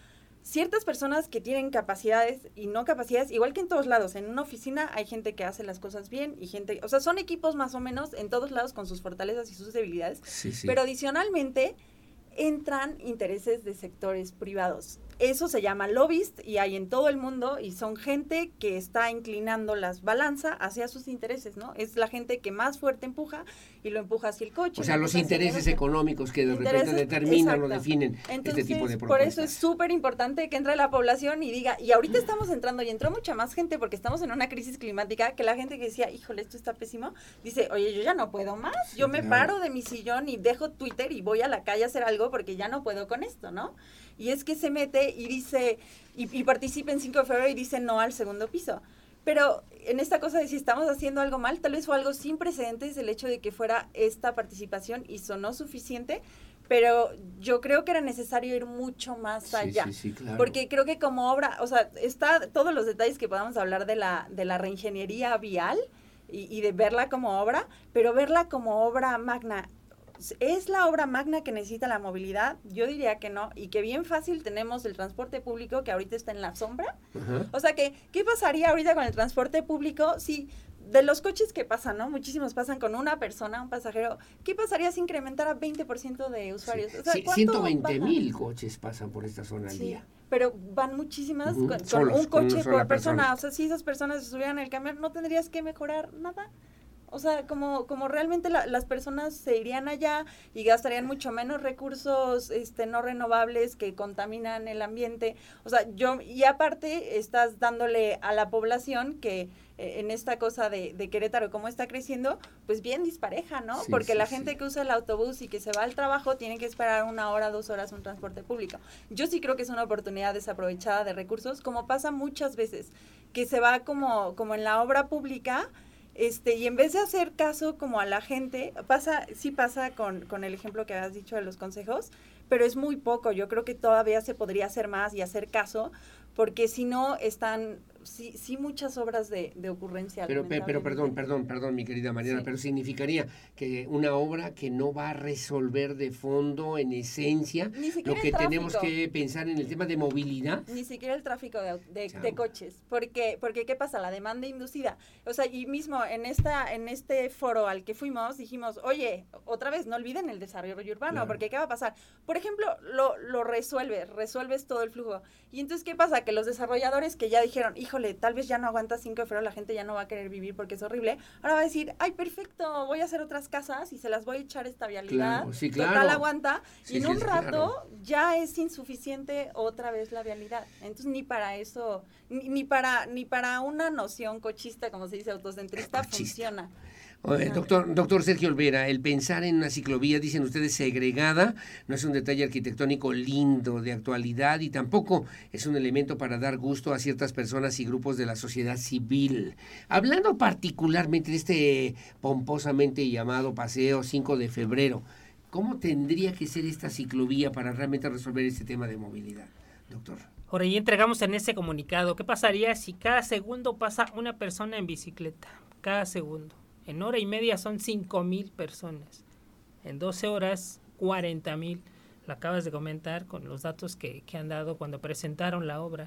Speaker 2: ciertas personas que tienen capacidades y no capacidades, igual que en todos lados, en una oficina hay gente que hace las cosas bien y gente, o sea, son equipos más o menos en todos lados con sus fortalezas y sus debilidades,
Speaker 1: Sí, sí.
Speaker 2: pero adicionalmente entran intereses de sectores privados. Eso se llama lobbyist y hay en todo el mundo y son gente que está inclinando las balanzas hacia sus intereses, ¿no? Es la gente que más fuerte empuja y lo empuja hacia el coche.
Speaker 1: O sea, los intereses económicos que de
Speaker 2: Intereses,
Speaker 1: repente determinan
Speaker 2: exacto.
Speaker 1: o definen
Speaker 2: Entonces,
Speaker 1: este tipo de
Speaker 2: por
Speaker 1: propuestas.
Speaker 2: eso es súper importante que entre la población y diga, y ahorita estamos entrando y entró mucha más gente porque estamos en una crisis climática que la gente que decía, híjole, esto está pésimo, dice, oye, yo ya no puedo más,
Speaker 1: Sí,
Speaker 2: yo me
Speaker 1: claro.
Speaker 2: paro de mi sillón y dejo Twitter y voy a la calle a hacer algo porque ya no puedo con esto, ¿no? Y es que se mete y dice, y, y participa en cinco de febrero y dice no al segundo piso. Pero en esta cosa de si estamos haciendo algo mal, tal vez fue algo sin precedentes el hecho de que fuera esta participación y sonó suficiente, pero yo creo que era necesario ir mucho más
Speaker 1: Sí,
Speaker 2: allá.
Speaker 1: sí, sí, claro.
Speaker 2: Porque creo que como obra, o sea, está todos los detalles que podamos hablar de la, de la reingeniería vial y, y de verla como obra, pero verla como obra magna. ¿Es la obra magna que necesita la movilidad? Yo diría que no, y que bien fácil tenemos el transporte público que ahorita está en la sombra.
Speaker 1: Ajá.
Speaker 2: O sea, que ¿qué pasaría ahorita con el transporte público si de los coches que pasan, ¿no? Muchísimos pasan con una persona, un pasajero. ¿Qué pasaría si incrementara veinte por ciento de usuarios?
Speaker 1: Sí,
Speaker 2: O sea,
Speaker 1: sí,
Speaker 2: ¿cuánto
Speaker 1: ciento veinte
Speaker 2: baja?
Speaker 1: mil coches pasan por esta zona al
Speaker 2: Sí,
Speaker 1: día.
Speaker 2: pero van muchísimas
Speaker 1: Ujú,
Speaker 2: con, con
Speaker 1: solos,
Speaker 2: un
Speaker 1: con una
Speaker 2: coche
Speaker 1: sola
Speaker 2: por persona.
Speaker 1: persona.
Speaker 2: O sea, si esas personas se subieran al camión, no tendrías que mejorar nada. O sea, como, como realmente la, las personas se irían allá y gastarían mucho menos recursos este, no renovables que contaminan el ambiente. O sea, yo, y aparte estás dándole a la población que eh, en esta cosa de, de Querétaro, como está creciendo, pues bien dispareja, ¿no?
Speaker 1: Sí,
Speaker 2: Porque
Speaker 1: sí,
Speaker 2: la
Speaker 1: sí.
Speaker 2: gente que usa el autobús y que se va al trabajo tiene que esperar una hora, dos horas un transporte público. Yo sí creo que es una oportunidad desaprovechada de recursos, como pasa muchas veces, que se va como, como en la obra pública. Este, y en vez de hacer caso como a la gente, pasa, sí pasa con, con el ejemplo que habías dicho de los consejos, pero es muy poco. Yo creo que todavía se podría hacer más y hacer caso, porque si no están, sí, sí muchas obras de, de ocurrencia.
Speaker 1: Pero, pe- pero perdón, perdón, perdón, mi querida Mariana,
Speaker 2: Sí.
Speaker 1: pero significaría que una obra que no va a resolver de fondo, en esencia,
Speaker 2: Ni
Speaker 1: lo
Speaker 2: siquiera
Speaker 1: que
Speaker 2: el
Speaker 1: tenemos
Speaker 2: tráfico.
Speaker 1: que pensar en el tema de movilidad.
Speaker 2: Ni siquiera el tráfico de, de,
Speaker 1: Chao.
Speaker 2: de coches, porque porque ¿qué pasa? La demanda inducida. O sea, y mismo en esta en este foro al que fuimos dijimos, oye, otra vez no olviden el desarrollo urbano,
Speaker 1: Claro.
Speaker 2: porque ¿qué va a pasar? Por ejemplo, lo, lo resuelves, resuelves todo el flujo. Y entonces, ¿qué pasa? Que los desarrolladores que ya dijeron, híjole, tal vez ya no aguanta cinco de febrero, la gente ya no va a querer vivir porque es horrible, ahora va a decir, ay, perfecto, voy a hacer otras casas y se las voy a echar esta vialidad.
Speaker 1: Claro, sí, claro.
Speaker 2: Total aguanta.
Speaker 1: Sí,
Speaker 2: y en
Speaker 1: sí,
Speaker 2: un
Speaker 1: sí,
Speaker 2: rato
Speaker 1: claro.
Speaker 2: ya es insuficiente otra vez la vialidad. Entonces ni para eso, ni, ni para ni para una noción cochista, como se dice, autocentrista,
Speaker 1: Cochista.
Speaker 2: funciona.
Speaker 1: Oye, doctor, doctor Sergio Olvera, el pensar en una ciclovía, dicen ustedes, segregada, no es un detalle arquitectónico lindo, de actualidad, y tampoco es un elemento para dar gusto a ciertas personas y grupos de la sociedad civil. Hablando particularmente de este pomposamente llamado Paseo cinco de febrero, ¿cómo tendría que ser esta ciclovía para realmente resolver este tema de movilidad, doctor?
Speaker 3: Ahora, y entregamos en ese comunicado, ¿qué pasaría si cada segundo pasa una persona en bicicleta? Cada segundo. En hora y media son cinco mil personas. En doce horas, cuarenta mil. Lo acabas de comentar con los datos que, que han dado cuando presentaron la obra.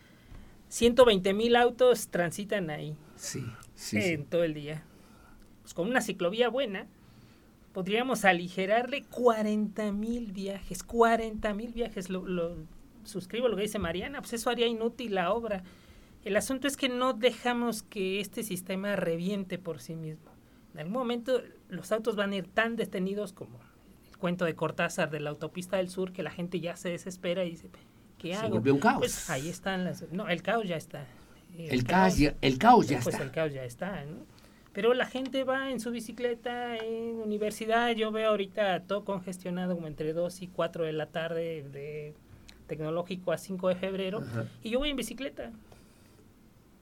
Speaker 3: ciento veinte mil autos transitan ahí
Speaker 1: Sí, sí,
Speaker 3: en
Speaker 1: sí.
Speaker 3: todo el día. Pues con una ciclovía buena, podríamos aligerarle cuarenta mil viajes. cuarenta mil viajes. Lo, lo suscribo lo que dice Mariana, pues eso haría inútil la obra. El asunto es que no dejamos que este sistema reviente por sí mismo. En algún momento los autos van a ir tan detenidos como el cuento de Cortázar de la autopista del sur, que la gente ya se desespera y dice, ¿qué
Speaker 1: Se
Speaker 3: hago?
Speaker 1: volvió un caos.
Speaker 3: Pues ahí están las... No, el caos ya está.
Speaker 1: El caos ya, el caos ya
Speaker 3: pues
Speaker 1: está.
Speaker 3: el caos ya está, ¿no? Pero la gente va en su bicicleta, en universidad. Yo veo ahorita todo congestionado como entre dos y cuatro de la tarde de Tecnológico a cinco de febrero.
Speaker 1: Ajá.
Speaker 3: Y yo voy en bicicleta.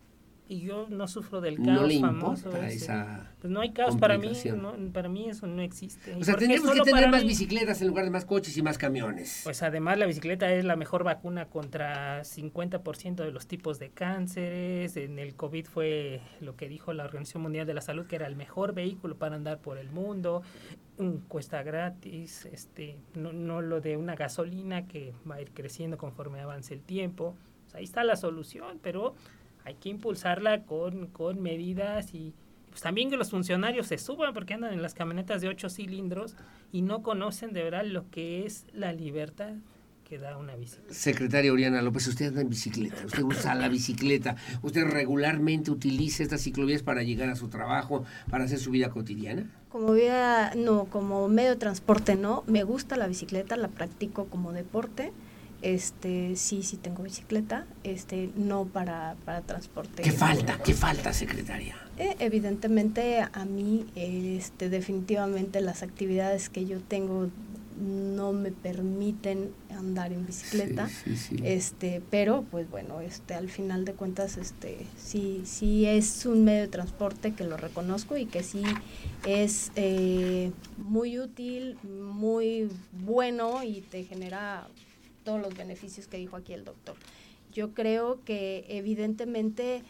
Speaker 3: y yo no sufro del caos
Speaker 1: no le
Speaker 3: famoso
Speaker 1: importa
Speaker 3: ese.
Speaker 1: Esa
Speaker 3: pues no hay caos para mí, no, para mí eso no existe.
Speaker 1: O sea, tenemos que tener más mí? bicicletas en lugar de más coches y más camiones.
Speaker 3: Pues además la bicicleta es la mejor vacuna contra cincuenta por ciento de los tipos de cánceres. En el COVID fue lo que dijo la Organización Mundial de la Salud, que era el mejor vehículo para andar por el mundo. Um, cuesta gratis, este, no, no lo de una gasolina que va a ir creciendo conforme avance el tiempo. Pues ahí está la solución, pero hay que impulsarla con, con medidas y pues también que los funcionarios se suban porque andan en las camionetas de ocho cilindros y no conocen de verdad lo que es la libertad que da una bicicleta.
Speaker 1: Secretaria Oriana López, usted anda en bicicleta, usted usa la bicicleta, usted regularmente utiliza estas ciclovías para llegar a su trabajo, para hacer su vida cotidiana.
Speaker 4: Como vía, no, como medio de transporte no, me gusta la bicicleta, la practico como deporte. Este, sí, sí tengo bicicleta, este, no para, para transporte.
Speaker 1: ¿Qué falta? ¿Qué falta, secretaria?
Speaker 4: Eh, evidentemente a mí, este, definitivamente las actividades que yo tengo no me permiten andar en bicicleta,
Speaker 1: sí, sí, sí.
Speaker 4: este, pero pues bueno, este, al final de cuentas, este, sí, sí es un medio de transporte que lo reconozco y que sí es eh, muy útil, muy bueno y te genera todos los beneficios que dijo aquí el doctor. Yo creo que evidentemente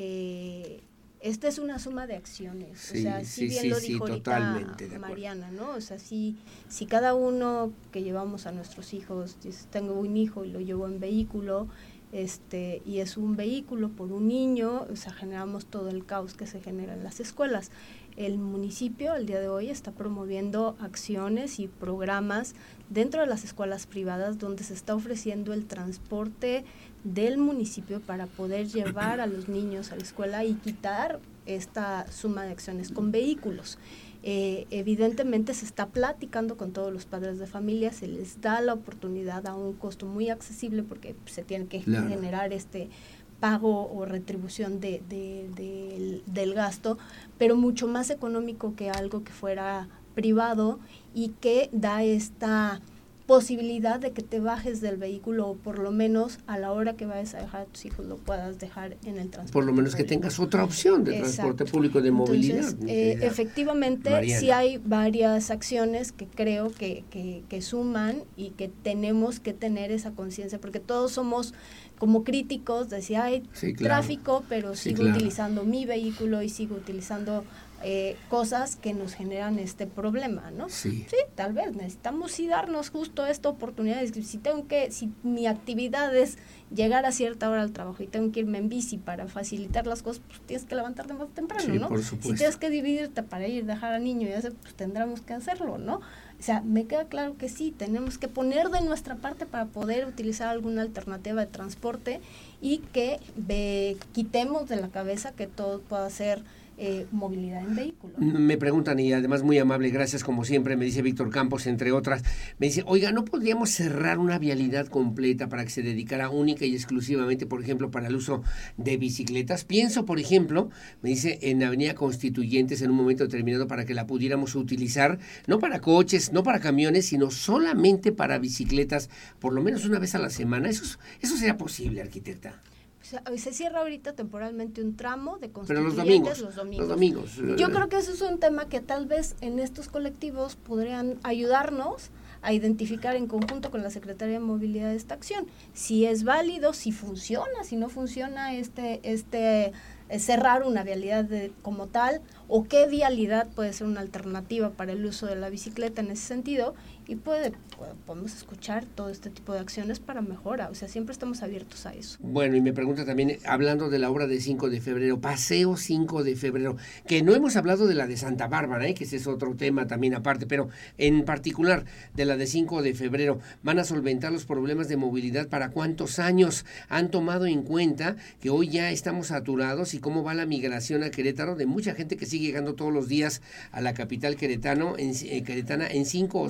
Speaker 4: eh, esta es una suma de acciones,
Speaker 1: sí,
Speaker 4: o sea, si
Speaker 1: sí,
Speaker 4: bien
Speaker 1: sí,
Speaker 4: lo
Speaker 1: sí,
Speaker 4: dijo ahorita Mariana, ¿no? O sea, si, si cada uno que llevamos a nuestros hijos, tengo un hijo y lo llevo en vehículo, este, y es un vehículo por un niño, o sea, generamos todo el caos que se genera en las escuelas. El municipio al día de hoy está promoviendo acciones y programas dentro de las escuelas privadas donde se está ofreciendo el transporte del municipio para poder llevar a los niños a la escuela y quitar esta suma de acciones con vehículos. Eh, evidentemente se está platicando con todos los padres de familia, se les da la oportunidad a un costo muy accesible porque se tiene que claro. generar este pago o retribución de, de, de, del, del gasto, pero mucho más económico que algo que fuera privado y que da esta posibilidad de que te bajes del vehículo o por lo menos a la hora que vayas a dejar a tus hijos lo puedas dejar en el transporte.
Speaker 1: Por lo menos público. Que tengas otra opción de Exacto. transporte público de movilidad.
Speaker 4: Entonces, eh, efectivamente, Mariana. Sí hay varias acciones que creo que, que, que suman y que tenemos que tener esa conciencia, porque todos somos como críticos, decía, hay sí, claro. tráfico, pero sí, sigo claro. utilizando mi vehículo y sigo utilizando eh, cosas que nos generan este problema, ¿no?
Speaker 1: Sí.
Speaker 4: Sí, tal vez necesitamos sí darnos justo esta oportunidad. Si tengo que, si mi actividad es llegar a cierta hora al trabajo y tengo que irme en bici para facilitar las cosas, pues tienes que levantarte más temprano,
Speaker 1: sí,
Speaker 4: ¿no?
Speaker 1: Por supuesto.
Speaker 4: Si tienes que dividirte para ir, dejar al niño y hacer, pues tendremos que hacerlo, ¿no? O sea, me queda claro que sí, tenemos que poner de nuestra parte para poder utilizar alguna alternativa de transporte y que ve, quitemos de la cabeza que todo pueda ser eh, movilidad en vehículo.
Speaker 1: Me preguntan, y además muy amable, gracias como siempre, me dice Víctor Campos, entre otras, me dice, oiga, ¿no podríamos cerrar una vialidad completa para que se dedicara única y exclusivamente, por ejemplo, para el uso de bicicletas? Pienso, por ejemplo, me dice, en Avenida Constituyentes en un momento determinado para que la pudiéramos utilizar, no para coches, no para camiones, sino solamente para bicicletas, por lo menos una vez a la semana. ¿Eso, eso sería posible, arquitecta?
Speaker 4: Se cierra ahorita temporalmente un tramo de Constituyentes.
Speaker 1: Pero los domingos,
Speaker 4: los domingos.
Speaker 1: Los domingos.
Speaker 4: Yo creo que eso es un tema que tal vez en estos colectivos podrían ayudarnos a identificar en conjunto con la Secretaría de Movilidad esta acción. Si es válido, si funciona, si no funciona este, este eh, cerrar una vialidad de, como tal, o qué vialidad puede ser una alternativa para el uso de la bicicleta en ese sentido, y puede, puede, podemos escuchar todo este tipo de acciones para mejora, o sea, siempre estamos abiertos a eso.
Speaker 1: Bueno, y me pregunta también, hablando de la obra de cinco de febrero, Paseo cinco de febrero, que no hemos hablado de la de Santa Bárbara, ¿eh? que ese es otro tema también aparte, pero en particular de la de cinco de febrero, ¿van a solventar los problemas de movilidad para cuántos años? ¿Han tomado en cuenta que hoy ya estamos saturados y cómo va la migración a Querétaro de mucha gente que sigue llegando todos los días a la capital queretano, en, eh, queretana en cinco o seis años?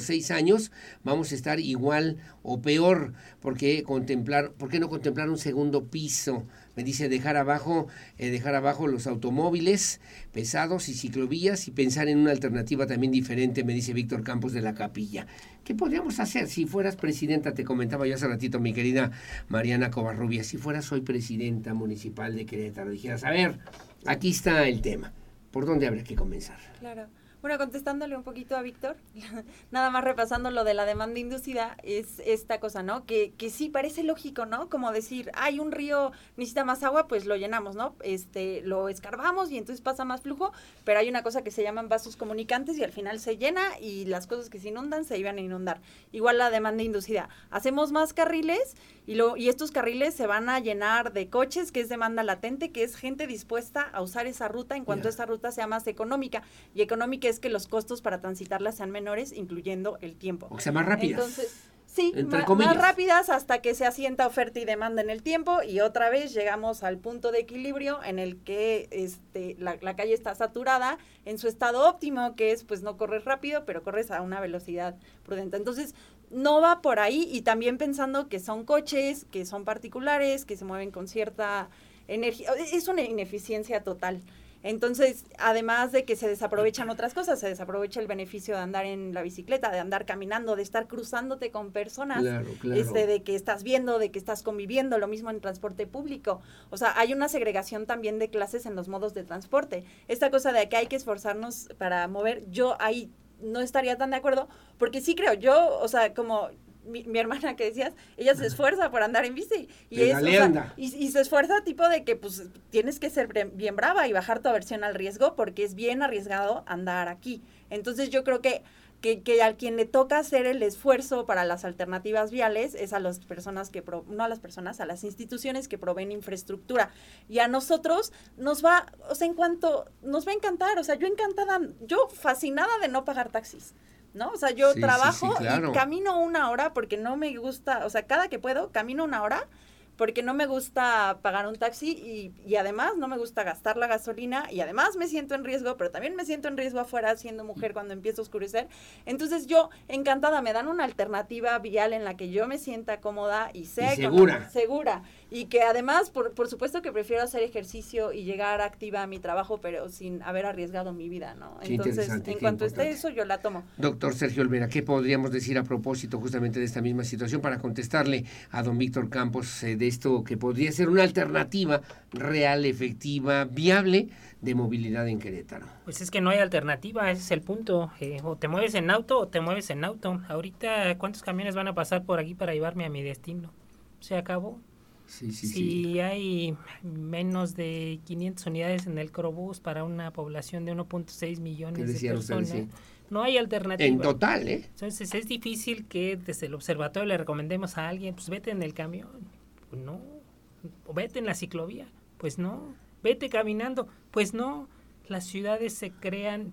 Speaker 1: años vamos a estar igual o peor, porque contemplar, ¿por qué no contemplar un segundo piso? Me dice dejar abajo, eh, dejar abajo los automóviles pesados y ciclovías y pensar en una alternativa también diferente, me dice Víctor Campos de la Capilla. ¿Qué podríamos hacer si fueras presidenta? Te comentaba yo hace ratito, mi querida Mariana Covarrubias, si fueras hoy presidenta municipal de Querétaro, dijeras, a ver, aquí está el tema, ¿por dónde habría que comenzar?
Speaker 2: Claro. Bueno, contestándole un poquito a Víctor, nada más repasando lo de la demanda inducida, es esta cosa, ¿no? Que, que sí parece lógico, ¿no? Como decir, hay un río, necesita más agua, pues lo llenamos, ¿no? Este, lo escarbamos y entonces pasa más flujo, pero hay una cosa que se llaman vasos comunicantes y al final se llena y las cosas que se inundan se iban a inundar. Igual la demanda inducida. Hacemos más carriles y, lo, y estos carriles se van a llenar de coches, que es demanda latente, que es gente dispuesta a usar esa ruta en cuanto yeah. esa ruta sea más económica. Y económica es que los costos para transitarla sean menores, incluyendo el tiempo.
Speaker 1: O sea, más rápidas.
Speaker 2: Entonces, sí, ma- más rápidas hasta que se asienta oferta y demanda en el tiempo y otra vez llegamos al punto de equilibrio en el que este, la, la calle está saturada en su estado óptimo, que es pues no corres rápido, pero corres a una velocidad prudente. Entonces, no va por ahí y también pensando que son coches, que son particulares, que se mueven con cierta energía. Es una ineficiencia total. Entonces, además de que se desaprovechan otras cosas, se desaprovecha el beneficio de andar en la bicicleta, de andar caminando, de estar cruzándote con personas,
Speaker 1: claro, claro.
Speaker 2: Este, de que estás viendo, de que estás conviviendo, lo mismo en transporte público. O sea, hay una segregación también de clases en los modos de transporte. Esta cosa de que hay que esforzarnos para mover, yo ahí no estaría tan de acuerdo, porque sí creo, yo, o sea, como... Mi, mi hermana que decías, ella se esfuerza por andar en bici y, es, o sea, y, y se esfuerza tipo de que pues tienes que ser bien brava y bajar tu aversión al riesgo porque es bien arriesgado andar aquí. Entonces yo creo que que, que a quien le toca hacer el esfuerzo para las alternativas viales es a las personas que, pro, no a las personas, a las instituciones que proveen infraestructura. Y a nosotros nos va, o sea, en cuanto, nos va a encantar, o sea, yo encantada, yo fascinada de no pagar taxis. ¿No? O sea, yo sí, trabajo sí, sí, claro. y camino una hora porque no me gusta, o sea, cada que puedo camino una hora porque no me gusta pagar un taxi y, y además no me gusta gastar la gasolina y además me siento en riesgo, pero también me siento en riesgo afuera siendo mujer cuando empieza a oscurecer. Entonces yo, encantada, me dan una alternativa vial en la que yo me sienta cómoda y sea
Speaker 1: y segura.
Speaker 2: segura. Y que además, por, por supuesto que prefiero hacer ejercicio y llegar activa a mi trabajo, pero sin haber arriesgado mi vida, ¿no?
Speaker 1: Qué
Speaker 2: Entonces, en cuanto
Speaker 1: importante.
Speaker 2: esté eso, yo la tomo.
Speaker 1: Doctor Sergio Olvera, ¿qué podríamos decir a propósito justamente de esta misma situación para contestarle a don Víctor Campos eh, de esto que podría ser una alternativa real, efectiva, viable de movilidad en Querétaro?
Speaker 3: Pues es que no hay alternativa, ese es el punto. Eh, o te mueves en auto o te mueves en auto. Ahorita, ¿cuántos camiones van a pasar por aquí para llevarme a mi destino? Se acabó.
Speaker 1: Sí, sí,
Speaker 3: si
Speaker 1: sí.
Speaker 3: hay menos de quinientas unidades en el Crobús para una población de uno punto seis millones de personas, usted, sí. no hay alternativa.
Speaker 1: En total, ¿eh?
Speaker 3: Entonces es difícil que desde el observatorio le recomendemos a alguien, pues vete en el camión, pues no, o vete en la ciclovía, pues no, vete caminando, pues no. Las ciudades se crean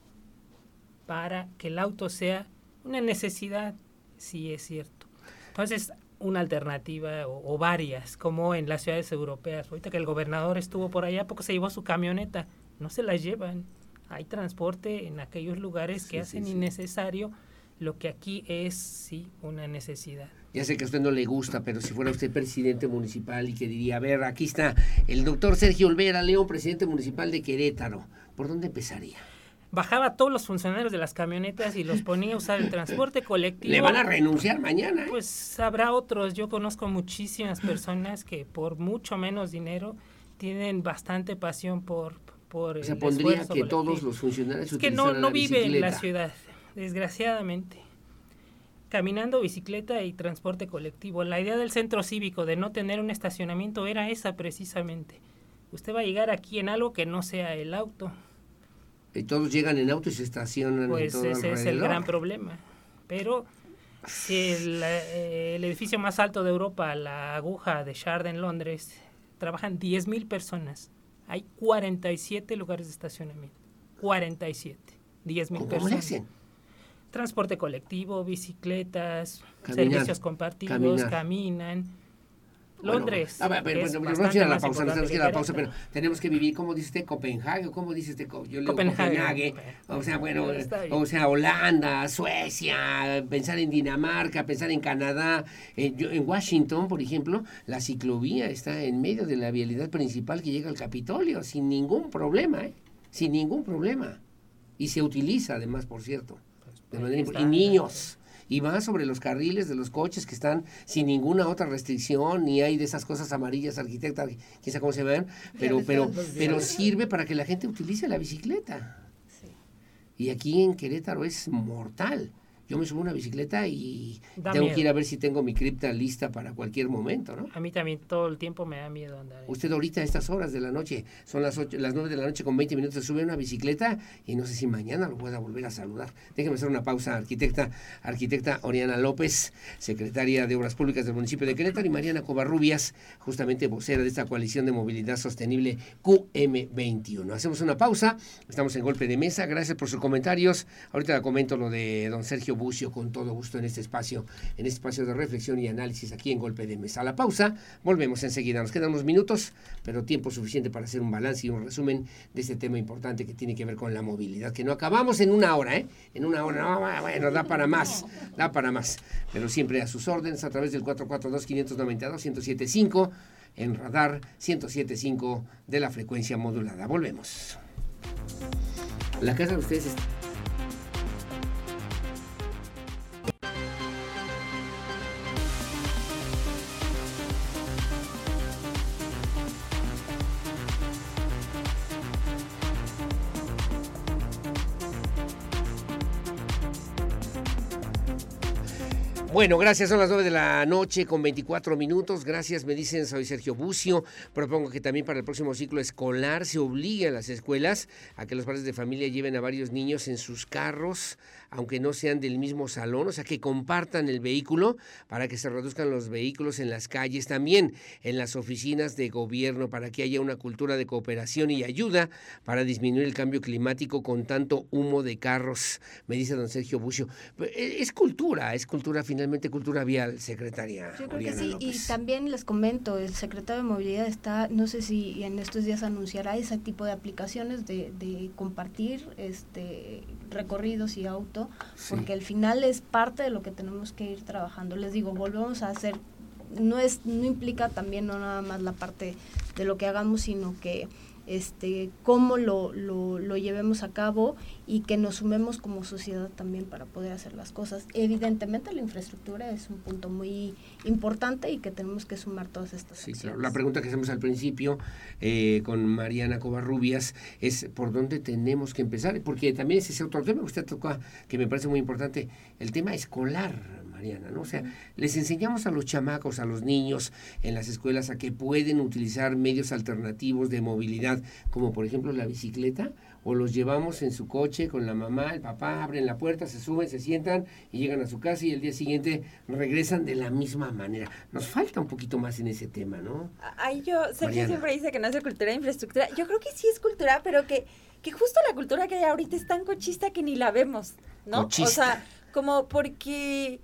Speaker 3: para que el auto sea una necesidad, sí es cierto. Entonces, una alternativa o, o varias, como en las ciudades europeas. Ahorita que el gobernador estuvo por allá, porque se llevó su camioneta, no se la llevan. Hay transporte en aquellos lugares que sí, hacen sí, innecesario sí. lo que aquí es, sí, una necesidad.
Speaker 1: Ya sé que a usted no le gusta, pero si fuera usted presidente municipal y que diría, a ver, aquí está el doctor Sergio Olvera León, presidente municipal de Querétaro, ¿por dónde empezaría?
Speaker 3: Bajaba a todos los funcionarios de las camionetas y los ponía a usar el transporte colectivo.
Speaker 1: ¿Le van a renunciar mañana? ¿eh?
Speaker 3: Pues habrá otros. Yo conozco muchísimas personas que por mucho menos dinero tienen bastante pasión por, por
Speaker 1: o sea,
Speaker 3: el
Speaker 1: pondría
Speaker 3: esfuerzo
Speaker 1: que
Speaker 3: colectivo.
Speaker 1: Todos los funcionarios
Speaker 3: es que no, no
Speaker 1: la
Speaker 3: vive en la
Speaker 1: bicicleta.
Speaker 3: ciudad, desgraciadamente. Caminando, bicicleta y transporte colectivo. La idea del centro cívico de no tener un estacionamiento era esa precisamente. Usted va a llegar aquí en algo que no sea el auto.
Speaker 1: Y todos llegan en auto y se estacionan
Speaker 3: pues
Speaker 1: en todo
Speaker 3: ese
Speaker 1: alrededor.
Speaker 3: Es el gran problema. Pero si el, eh, el edificio más alto de Europa, la aguja de Shard en Londres, trabajan diez mil personas. Hay cuarenta y siete lugares de estacionamiento. cuarenta y siete. diez mil personas.
Speaker 1: ¿Cómo le hacen?
Speaker 3: Transporte colectivo, bicicletas,
Speaker 1: Caminar,
Speaker 3: servicios compartidos,
Speaker 1: caminar.
Speaker 3: caminan. Londres.
Speaker 1: Bueno, a ver, bueno, bueno, vamos a ir a la pausa, nos tenemos que ir a la pausa, pero tenemos que vivir, ¿cómo dice usted? Copenhague, ¿cómo dice usted? Yo leo
Speaker 3: Copenhague.
Speaker 1: Copenhague, o sea, bueno, o sea, Holanda, Suecia, pensar en Dinamarca, pensar en Canadá, en, yo, en Washington, por ejemplo, la ciclovía está en medio de la vialidad principal que llega al Capitolio, sin ningún problema, ¿eh? Sin ningún problema. Y se utiliza, además, por cierto. De manera imp- y niños. Y va sobre los carriles de los coches que están sin ninguna otra restricción, ni hay de esas cosas amarillas, arquitecta, quién sabe cómo se vean, pero, pero, pero sirve para que la gente utilice la bicicleta. Sí. Y aquí en Querétaro es mortal. Yo me subo a una bicicleta y da tengo miedo. que ir a ver si tengo mi cripta lista para cualquier momento, ¿no?
Speaker 3: A mí también todo el tiempo me da miedo andar.
Speaker 1: Usted ahorita a estas horas de la noche, son las ocho, las nueve de la noche con veinte minutos, se sube a una bicicleta y no sé si mañana lo pueda volver a saludar. Déjeme hacer una pausa, arquitecta, arquitecta Oriana López, secretaria de Obras Públicas del municipio de Querétaro, y Mariana Covarrubias, justamente vocera de esta coalición de movilidad sostenible Q M veintiuno. Hacemos una pausa, estamos en Golpe de Mesa, gracias por sus comentarios. Ahorita le comento lo de don Sergio Bucio con todo gusto en este espacio, en este espacio de reflexión y análisis aquí en Golpe de Mesa. A la pausa, volvemos enseguida. Nos quedan unos minutos, pero tiempo suficiente para hacer un balance y un resumen de este tema importante que tiene que ver con la movilidad, que no acabamos en una hora, ¿eh? En una hora, no, bueno, da para más, da para más, pero siempre a sus órdenes a través del cuatro cuatro dos, cinco nueve dos, uno cero siete cinco, en radar ciento siete punto cinco de la frecuencia modulada. Volvemos. La casa de ustedes está... Bueno, gracias, son las nueve de la noche con veinticuatro minutos, gracias, me dicen, soy Sergio Bucio, propongo que también para el próximo ciclo escolar se obligue a las escuelas a que los padres de familia lleven a varios niños en sus carros, aunque no sean del mismo salón, o sea, que compartan el vehículo para que se reduzcan los vehículos en las calles, también en las oficinas de gobierno, para que haya una cultura de cooperación y ayuda para disminuir el cambio climático con tanto humo de carros, me dice don Sergio Bucio. Es cultura, es cultura final. Finalmente, cultura vial, secretaria.
Speaker 4: Yo creo
Speaker 1: Oriana
Speaker 4: que sí,
Speaker 1: López.
Speaker 4: Y también les comento, el secretario de Movilidad está, no sé si en estos días anunciará ese tipo de aplicaciones de, de compartir este recorridos y auto, sí. Porque al final es parte de lo que tenemos que ir trabajando. Les digo, volvemos a hacer, no es, no implica también no nada más la parte de lo que hagamos, sino que este cómo lo, lo, lo llevemos a cabo y que nos sumemos como sociedad también para poder hacer las cosas. Evidentemente la infraestructura es un punto muy importante y que tenemos que sumar todas estas
Speaker 1: sí,
Speaker 4: acciones.
Speaker 1: Claro. La pregunta que hacemos al principio eh, con Mariana Covarrubias es por dónde tenemos que empezar, porque también ese es otro tema que usted tocó, que me parece muy importante, el tema escolar. ¿No? O sea, les enseñamos a los chamacos, a los niños en las escuelas a que pueden utilizar medios alternativos de movilidad, como por ejemplo la bicicleta, o los llevamos en su coche con la mamá, el papá, abren la puerta, se suben, se sientan y llegan a su casa y el día siguiente regresan de la misma manera. Nos falta un poquito más en ese tema, ¿no?
Speaker 2: Ahí yo, Sergio siempre dice que no es de cultura de infraestructura. Yo creo que sí es cultura, pero que, que justo la cultura que hay ahorita es tan cochista que ni la vemos, ¿no?
Speaker 1: Cochista.
Speaker 2: O sea, como porque...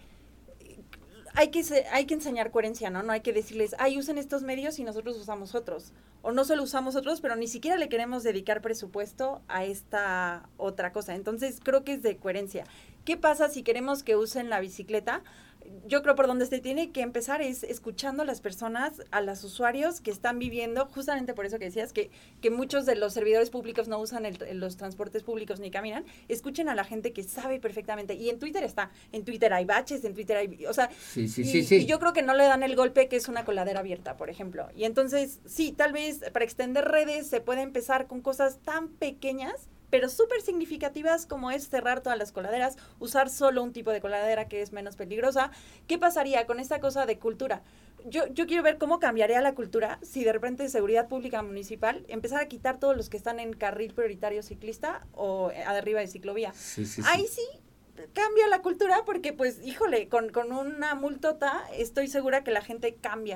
Speaker 2: Hay que, hay que enseñar coherencia, ¿no? No hay que decirles, ay, usen estos medios y nosotros usamos otros. O no solo usamos otros, pero ni siquiera le queremos dedicar presupuesto a esta otra cosa. Entonces, creo que es de coherencia. ¿Qué pasa si queremos que usen la bicicleta? Yo creo por donde se tiene que empezar es escuchando a las personas, a los usuarios que están viviendo, justamente por eso que decías que, que muchos de los servidores públicos no usan el, los transportes públicos ni caminan. Escuchen a la gente que sabe perfectamente, y en Twitter está, en Twitter hay baches, en Twitter hay, o sea,
Speaker 1: sí, sí,
Speaker 2: y,
Speaker 1: sí, sí.
Speaker 2: y yo creo que no le dan el golpe que es una coladera abierta, por ejemplo. Y entonces, sí, tal vez para extender redes se puede empezar con cosas tan pequeñas, pero súper significativas, como es cerrar todas las coladeras, usar solo un tipo de coladera que es menos peligrosa. ¿Qué pasaría con esta cosa de cultura? Yo, yo quiero ver cómo cambiaría la cultura si de repente Seguridad Pública Municipal empezara a quitar todos los que están en carril prioritario ciclista o arriba de ciclovía.
Speaker 1: Sí, sí,
Speaker 2: Ahí
Speaker 1: sí.
Speaker 2: sí cambia la cultura porque, pues, híjole, con, con una multota estoy segura que la gente cambia.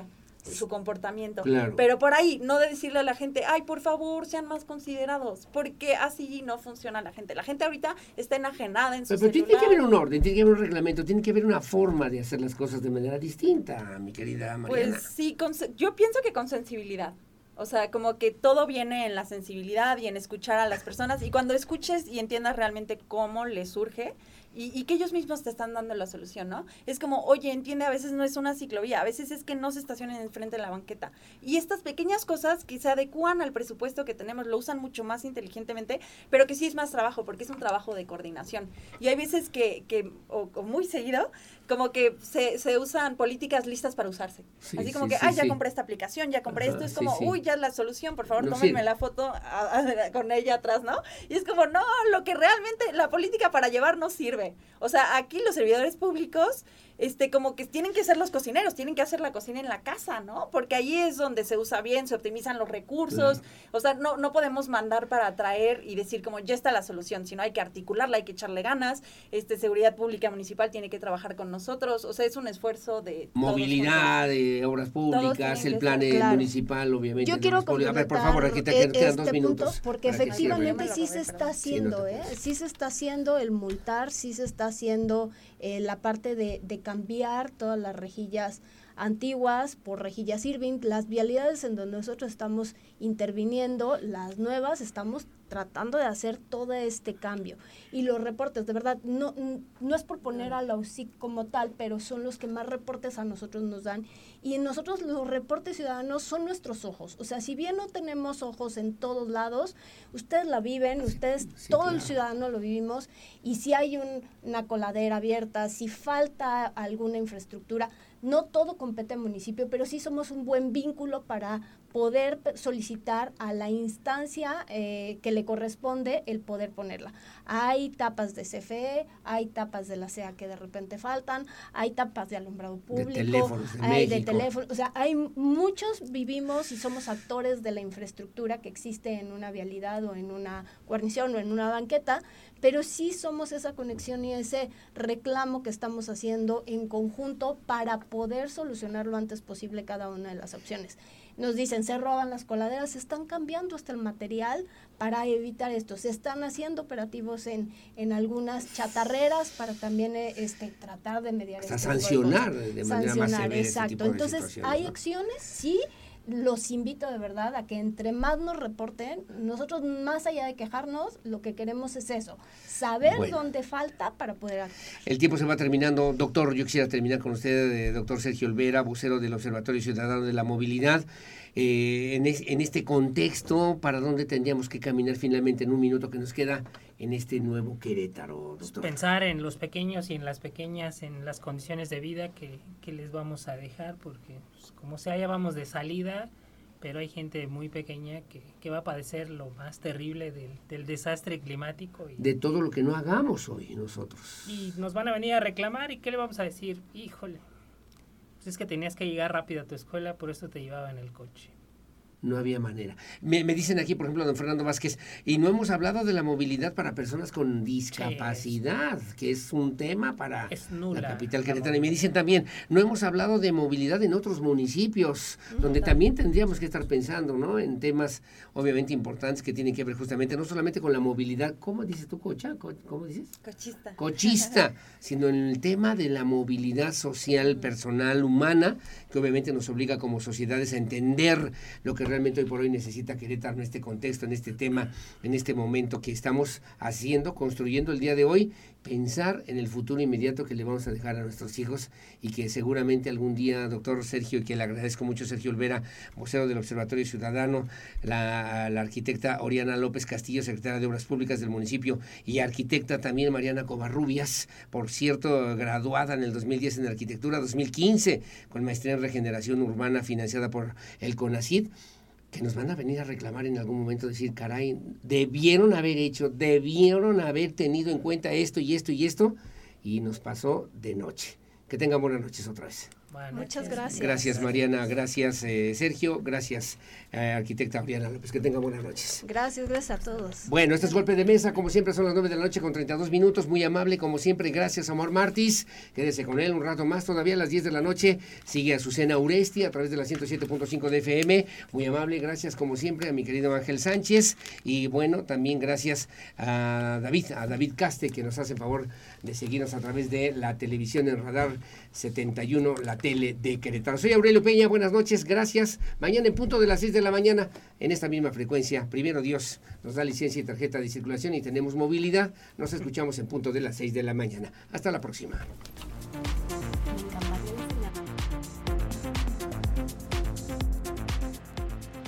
Speaker 2: su comportamiento.
Speaker 1: Claro.
Speaker 2: Pero por ahí, no de decirle a la gente, ay, por favor, sean más considerados, porque así no funciona la gente. La gente ahorita está enajenada en su
Speaker 1: Pero, pero
Speaker 2: celular.
Speaker 1: tiene que haber un orden, tiene que haber un reglamento, tiene que haber una forma de hacer las cosas de manera distinta, mi querida Mariana.
Speaker 2: Pues sí, con, yo pienso que con sensibilidad. O sea, como que todo viene en la sensibilidad y en escuchar a las personas. Y cuando escuches y entiendas realmente cómo les surge y, y que ellos mismos te están dando la solución, ¿no? Es como, oye, entiende, a veces no es una ciclovía, a veces es que no se estacionen enfrente de la banqueta. Y estas pequeñas cosas que se adecúan al presupuesto que tenemos, lo usan mucho más inteligentemente, pero que sí es más trabajo, porque es un trabajo de coordinación. Y hay veces que, que o, o muy seguido, como que se, se usan políticas listas para usarse.
Speaker 1: Sí,
Speaker 2: Así como
Speaker 1: sí,
Speaker 2: que,
Speaker 1: sí,
Speaker 2: ah, ya
Speaker 1: sí.
Speaker 2: compré esta aplicación, ya compré
Speaker 1: Ajá,
Speaker 2: esto. Es
Speaker 1: sí,
Speaker 2: como,
Speaker 1: sí.
Speaker 2: uy, ya es la solución, por favor,
Speaker 1: No
Speaker 2: tómenme
Speaker 1: sirve.
Speaker 2: la foto a, a, con ella atrás, ¿no? Y es como, no, lo que realmente, la política para llevar no sirve. O sea, aquí los servidores públicos, este, como que tienen que ser los cocineros, tienen que hacer la cocina en la casa, ¿no? Porque ahí es donde se usa bien, se optimizan los recursos.
Speaker 1: Claro.
Speaker 2: O sea, no, no podemos mandar para atraer y decir como, ya está la solución, sino hay que articularla, hay que echarle ganas. Este, seguridad pública municipal tiene que trabajar con nosotros. O sea, es un esfuerzo de
Speaker 1: Movilidad, de obras públicas,
Speaker 2: tienen
Speaker 1: el
Speaker 2: que
Speaker 1: plan
Speaker 2: ser-
Speaker 1: eh,
Speaker 4: Claro.
Speaker 1: municipal, obviamente.
Speaker 4: Yo
Speaker 1: no
Speaker 4: quiero
Speaker 1: es poli- A ver, por
Speaker 4: complementar
Speaker 1: favor, aquí te quedan,
Speaker 4: e-
Speaker 1: quedan dos
Speaker 4: este
Speaker 1: minutos.
Speaker 4: punto, porque
Speaker 1: para que
Speaker 4: efectivamente
Speaker 2: cierre.
Speaker 4: sí se está haciendo,
Speaker 1: Sí, no te
Speaker 4: ¿eh?
Speaker 1: preocupes.
Speaker 4: Sí se está haciendo el multar, sí se está haciendo eh, la parte de, de cambiar todas las rejillas antiguas por rejillas Irving, las vialidades en donde nosotros estamos interviniendo, las nuevas, estamos tratando de hacer todo este cambio. Y los reportes, de verdad, no, no es por poner a la U C I C como tal, pero son los que más reportes a nosotros nos dan. Y en nosotros los reportes ciudadanos son nuestros ojos. O sea, si bien no tenemos ojos en todos lados, ustedes la viven, ustedes,
Speaker 1: Sí,
Speaker 4: todo
Speaker 1: claro.
Speaker 4: el ciudadano lo vivimos. Y si hay un- una coladera abierta, si falta alguna infraestructura, no todo compete al municipio, pero sí somos un buen vínculo para poder pe- solicitar a la instancia eh, que le corresponde el poder ponerla. Hay tapas de C F E, hay tapas de la C E A que de repente faltan, hay tapas de alumbrado público,
Speaker 1: teléfonos de
Speaker 4: hay de
Speaker 1: México.
Speaker 4: teléfono, o sea, hay muchos, vivimos y somos actores de la infraestructura que existe en una vialidad o en una guarnición o en una banqueta, pero sí somos esa conexión y ese reclamo que estamos haciendo en conjunto para poder solucionar lo antes posible cada una de las opciones. Nos dicen, se roban las coladeras, se están cambiando hasta el material para evitar esto, se están haciendo operativos en, en algunas chatarreras para también eh, este, tratar de mediar
Speaker 1: Hasta
Speaker 4: este tipo de
Speaker 1: sancionar
Speaker 4: cosas.
Speaker 1: de manera más severa este
Speaker 4: exacto.
Speaker 1: tipo de
Speaker 4: Entonces,
Speaker 1: situaciones,
Speaker 4: hay
Speaker 1: ¿no?
Speaker 4: acciones, sí. Los invito de verdad a que entre más nos reporten, nosotros más allá de quejarnos, lo que queremos es eso, saber
Speaker 1: Bueno.
Speaker 4: dónde falta para poder actuar.
Speaker 1: El tiempo se va terminando. Doctor, yo quisiera terminar con usted, eh, doctor Sergio Olvera, vocero del Observatorio Ciudadano de la Movilidad. Eh, en, es- en este contexto, ¿para dónde tendríamos que caminar finalmente en un minuto que nos queda en este nuevo Querétaro, doctor?
Speaker 3: Pensar en los pequeños y en las pequeñas, en las condiciones de vida que, que les vamos a dejar, porque pues, como sea, ya vamos de salida, pero hay gente muy pequeña que, que va a padecer lo más terrible del, del desastre climático y,
Speaker 1: De todo lo que no hagamos hoy nosotros.
Speaker 3: y nos van a venir a reclamar. ¿Y qué le vamos a decir? Híjole, pues es que tenías que llegar rápido a tu escuela, por eso te llevaba en el coche.
Speaker 1: No había manera. Me, me dicen aquí, por ejemplo, don Fernando Vázquez, y no hemos hablado de la movilidad para personas con discapacidad, que es un tema para
Speaker 3: Es nula
Speaker 1: la capital
Speaker 3: la
Speaker 1: queretana. Y me
Speaker 3: movilidad.
Speaker 1: dicen también, no hemos hablado de movilidad en otros municipios, donde también tendríamos que estar pensando, ¿no? En temas obviamente importantes que tienen que ver justamente, no solamente con la movilidad, ¿cómo dices tú, Cocha? Co- ¿Cómo dices?
Speaker 2: Cochista.
Speaker 1: Cochista, sino en el tema de la movilidad social, personal, humana, que obviamente nos obliga como sociedades a entender lo que realmente hoy por hoy necesita Querétaro en este contexto, en este tema, en este momento que estamos haciendo, construyendo el día de hoy, pensar en el futuro inmediato que le vamos a dejar a nuestros hijos y que seguramente algún día, doctor Sergio, y que le agradezco mucho, Sergio Olvera, vocero del Observatorio Ciudadano, la, la arquitecta Oriana López Castillo, secretaria de Obras Públicas del municipio, y arquitecta también Mariana Covarrubias, por cierto, graduada en el dos mil diez en arquitectura, dos mil quince con maestría en regeneración urbana financiada por el CONACYT, que nos van a venir a reclamar en algún momento, decir, caray, debieron haber hecho, debieron haber tenido en cuenta esto y esto y esto, y nos pasó de noche. Que tengan buenas noches otra vez.
Speaker 3: Buenas
Speaker 4: Muchas
Speaker 3: noches.
Speaker 4: gracias.
Speaker 1: Gracias, Mariana. Gracias, eh, Sergio. Gracias, eh, arquitecta Oriana López. Que tengan buenas noches.
Speaker 4: Gracias, gracias a todos.
Speaker 1: Bueno, este es Golpe de Mesa. Como siempre, son las nueve de la noche con treinta y dos minutos. Muy amable, como siempre. Gracias, Amor Martis. Quédese con él un rato más. Todavía a las diez de la noche sigue Azucena Uresti a través de la ciento siete punto cinco de F M. Muy amable. Gracias, como siempre, a mi querido Ángel Sánchez. Y bueno, también gracias a David, a David Caste, que nos hace el favor de seguirnos a través de la televisión en Radar setenta y uno, la tele de Querétaro. Soy Aurelio Peña, buenas noches, gracias. Mañana en punto de las seis de la mañana, en esta misma frecuencia, primero Dios nos da licencia y tarjeta de circulación y tenemos movilidad. Nos escuchamos en punto de las seis de la mañana. Hasta la próxima.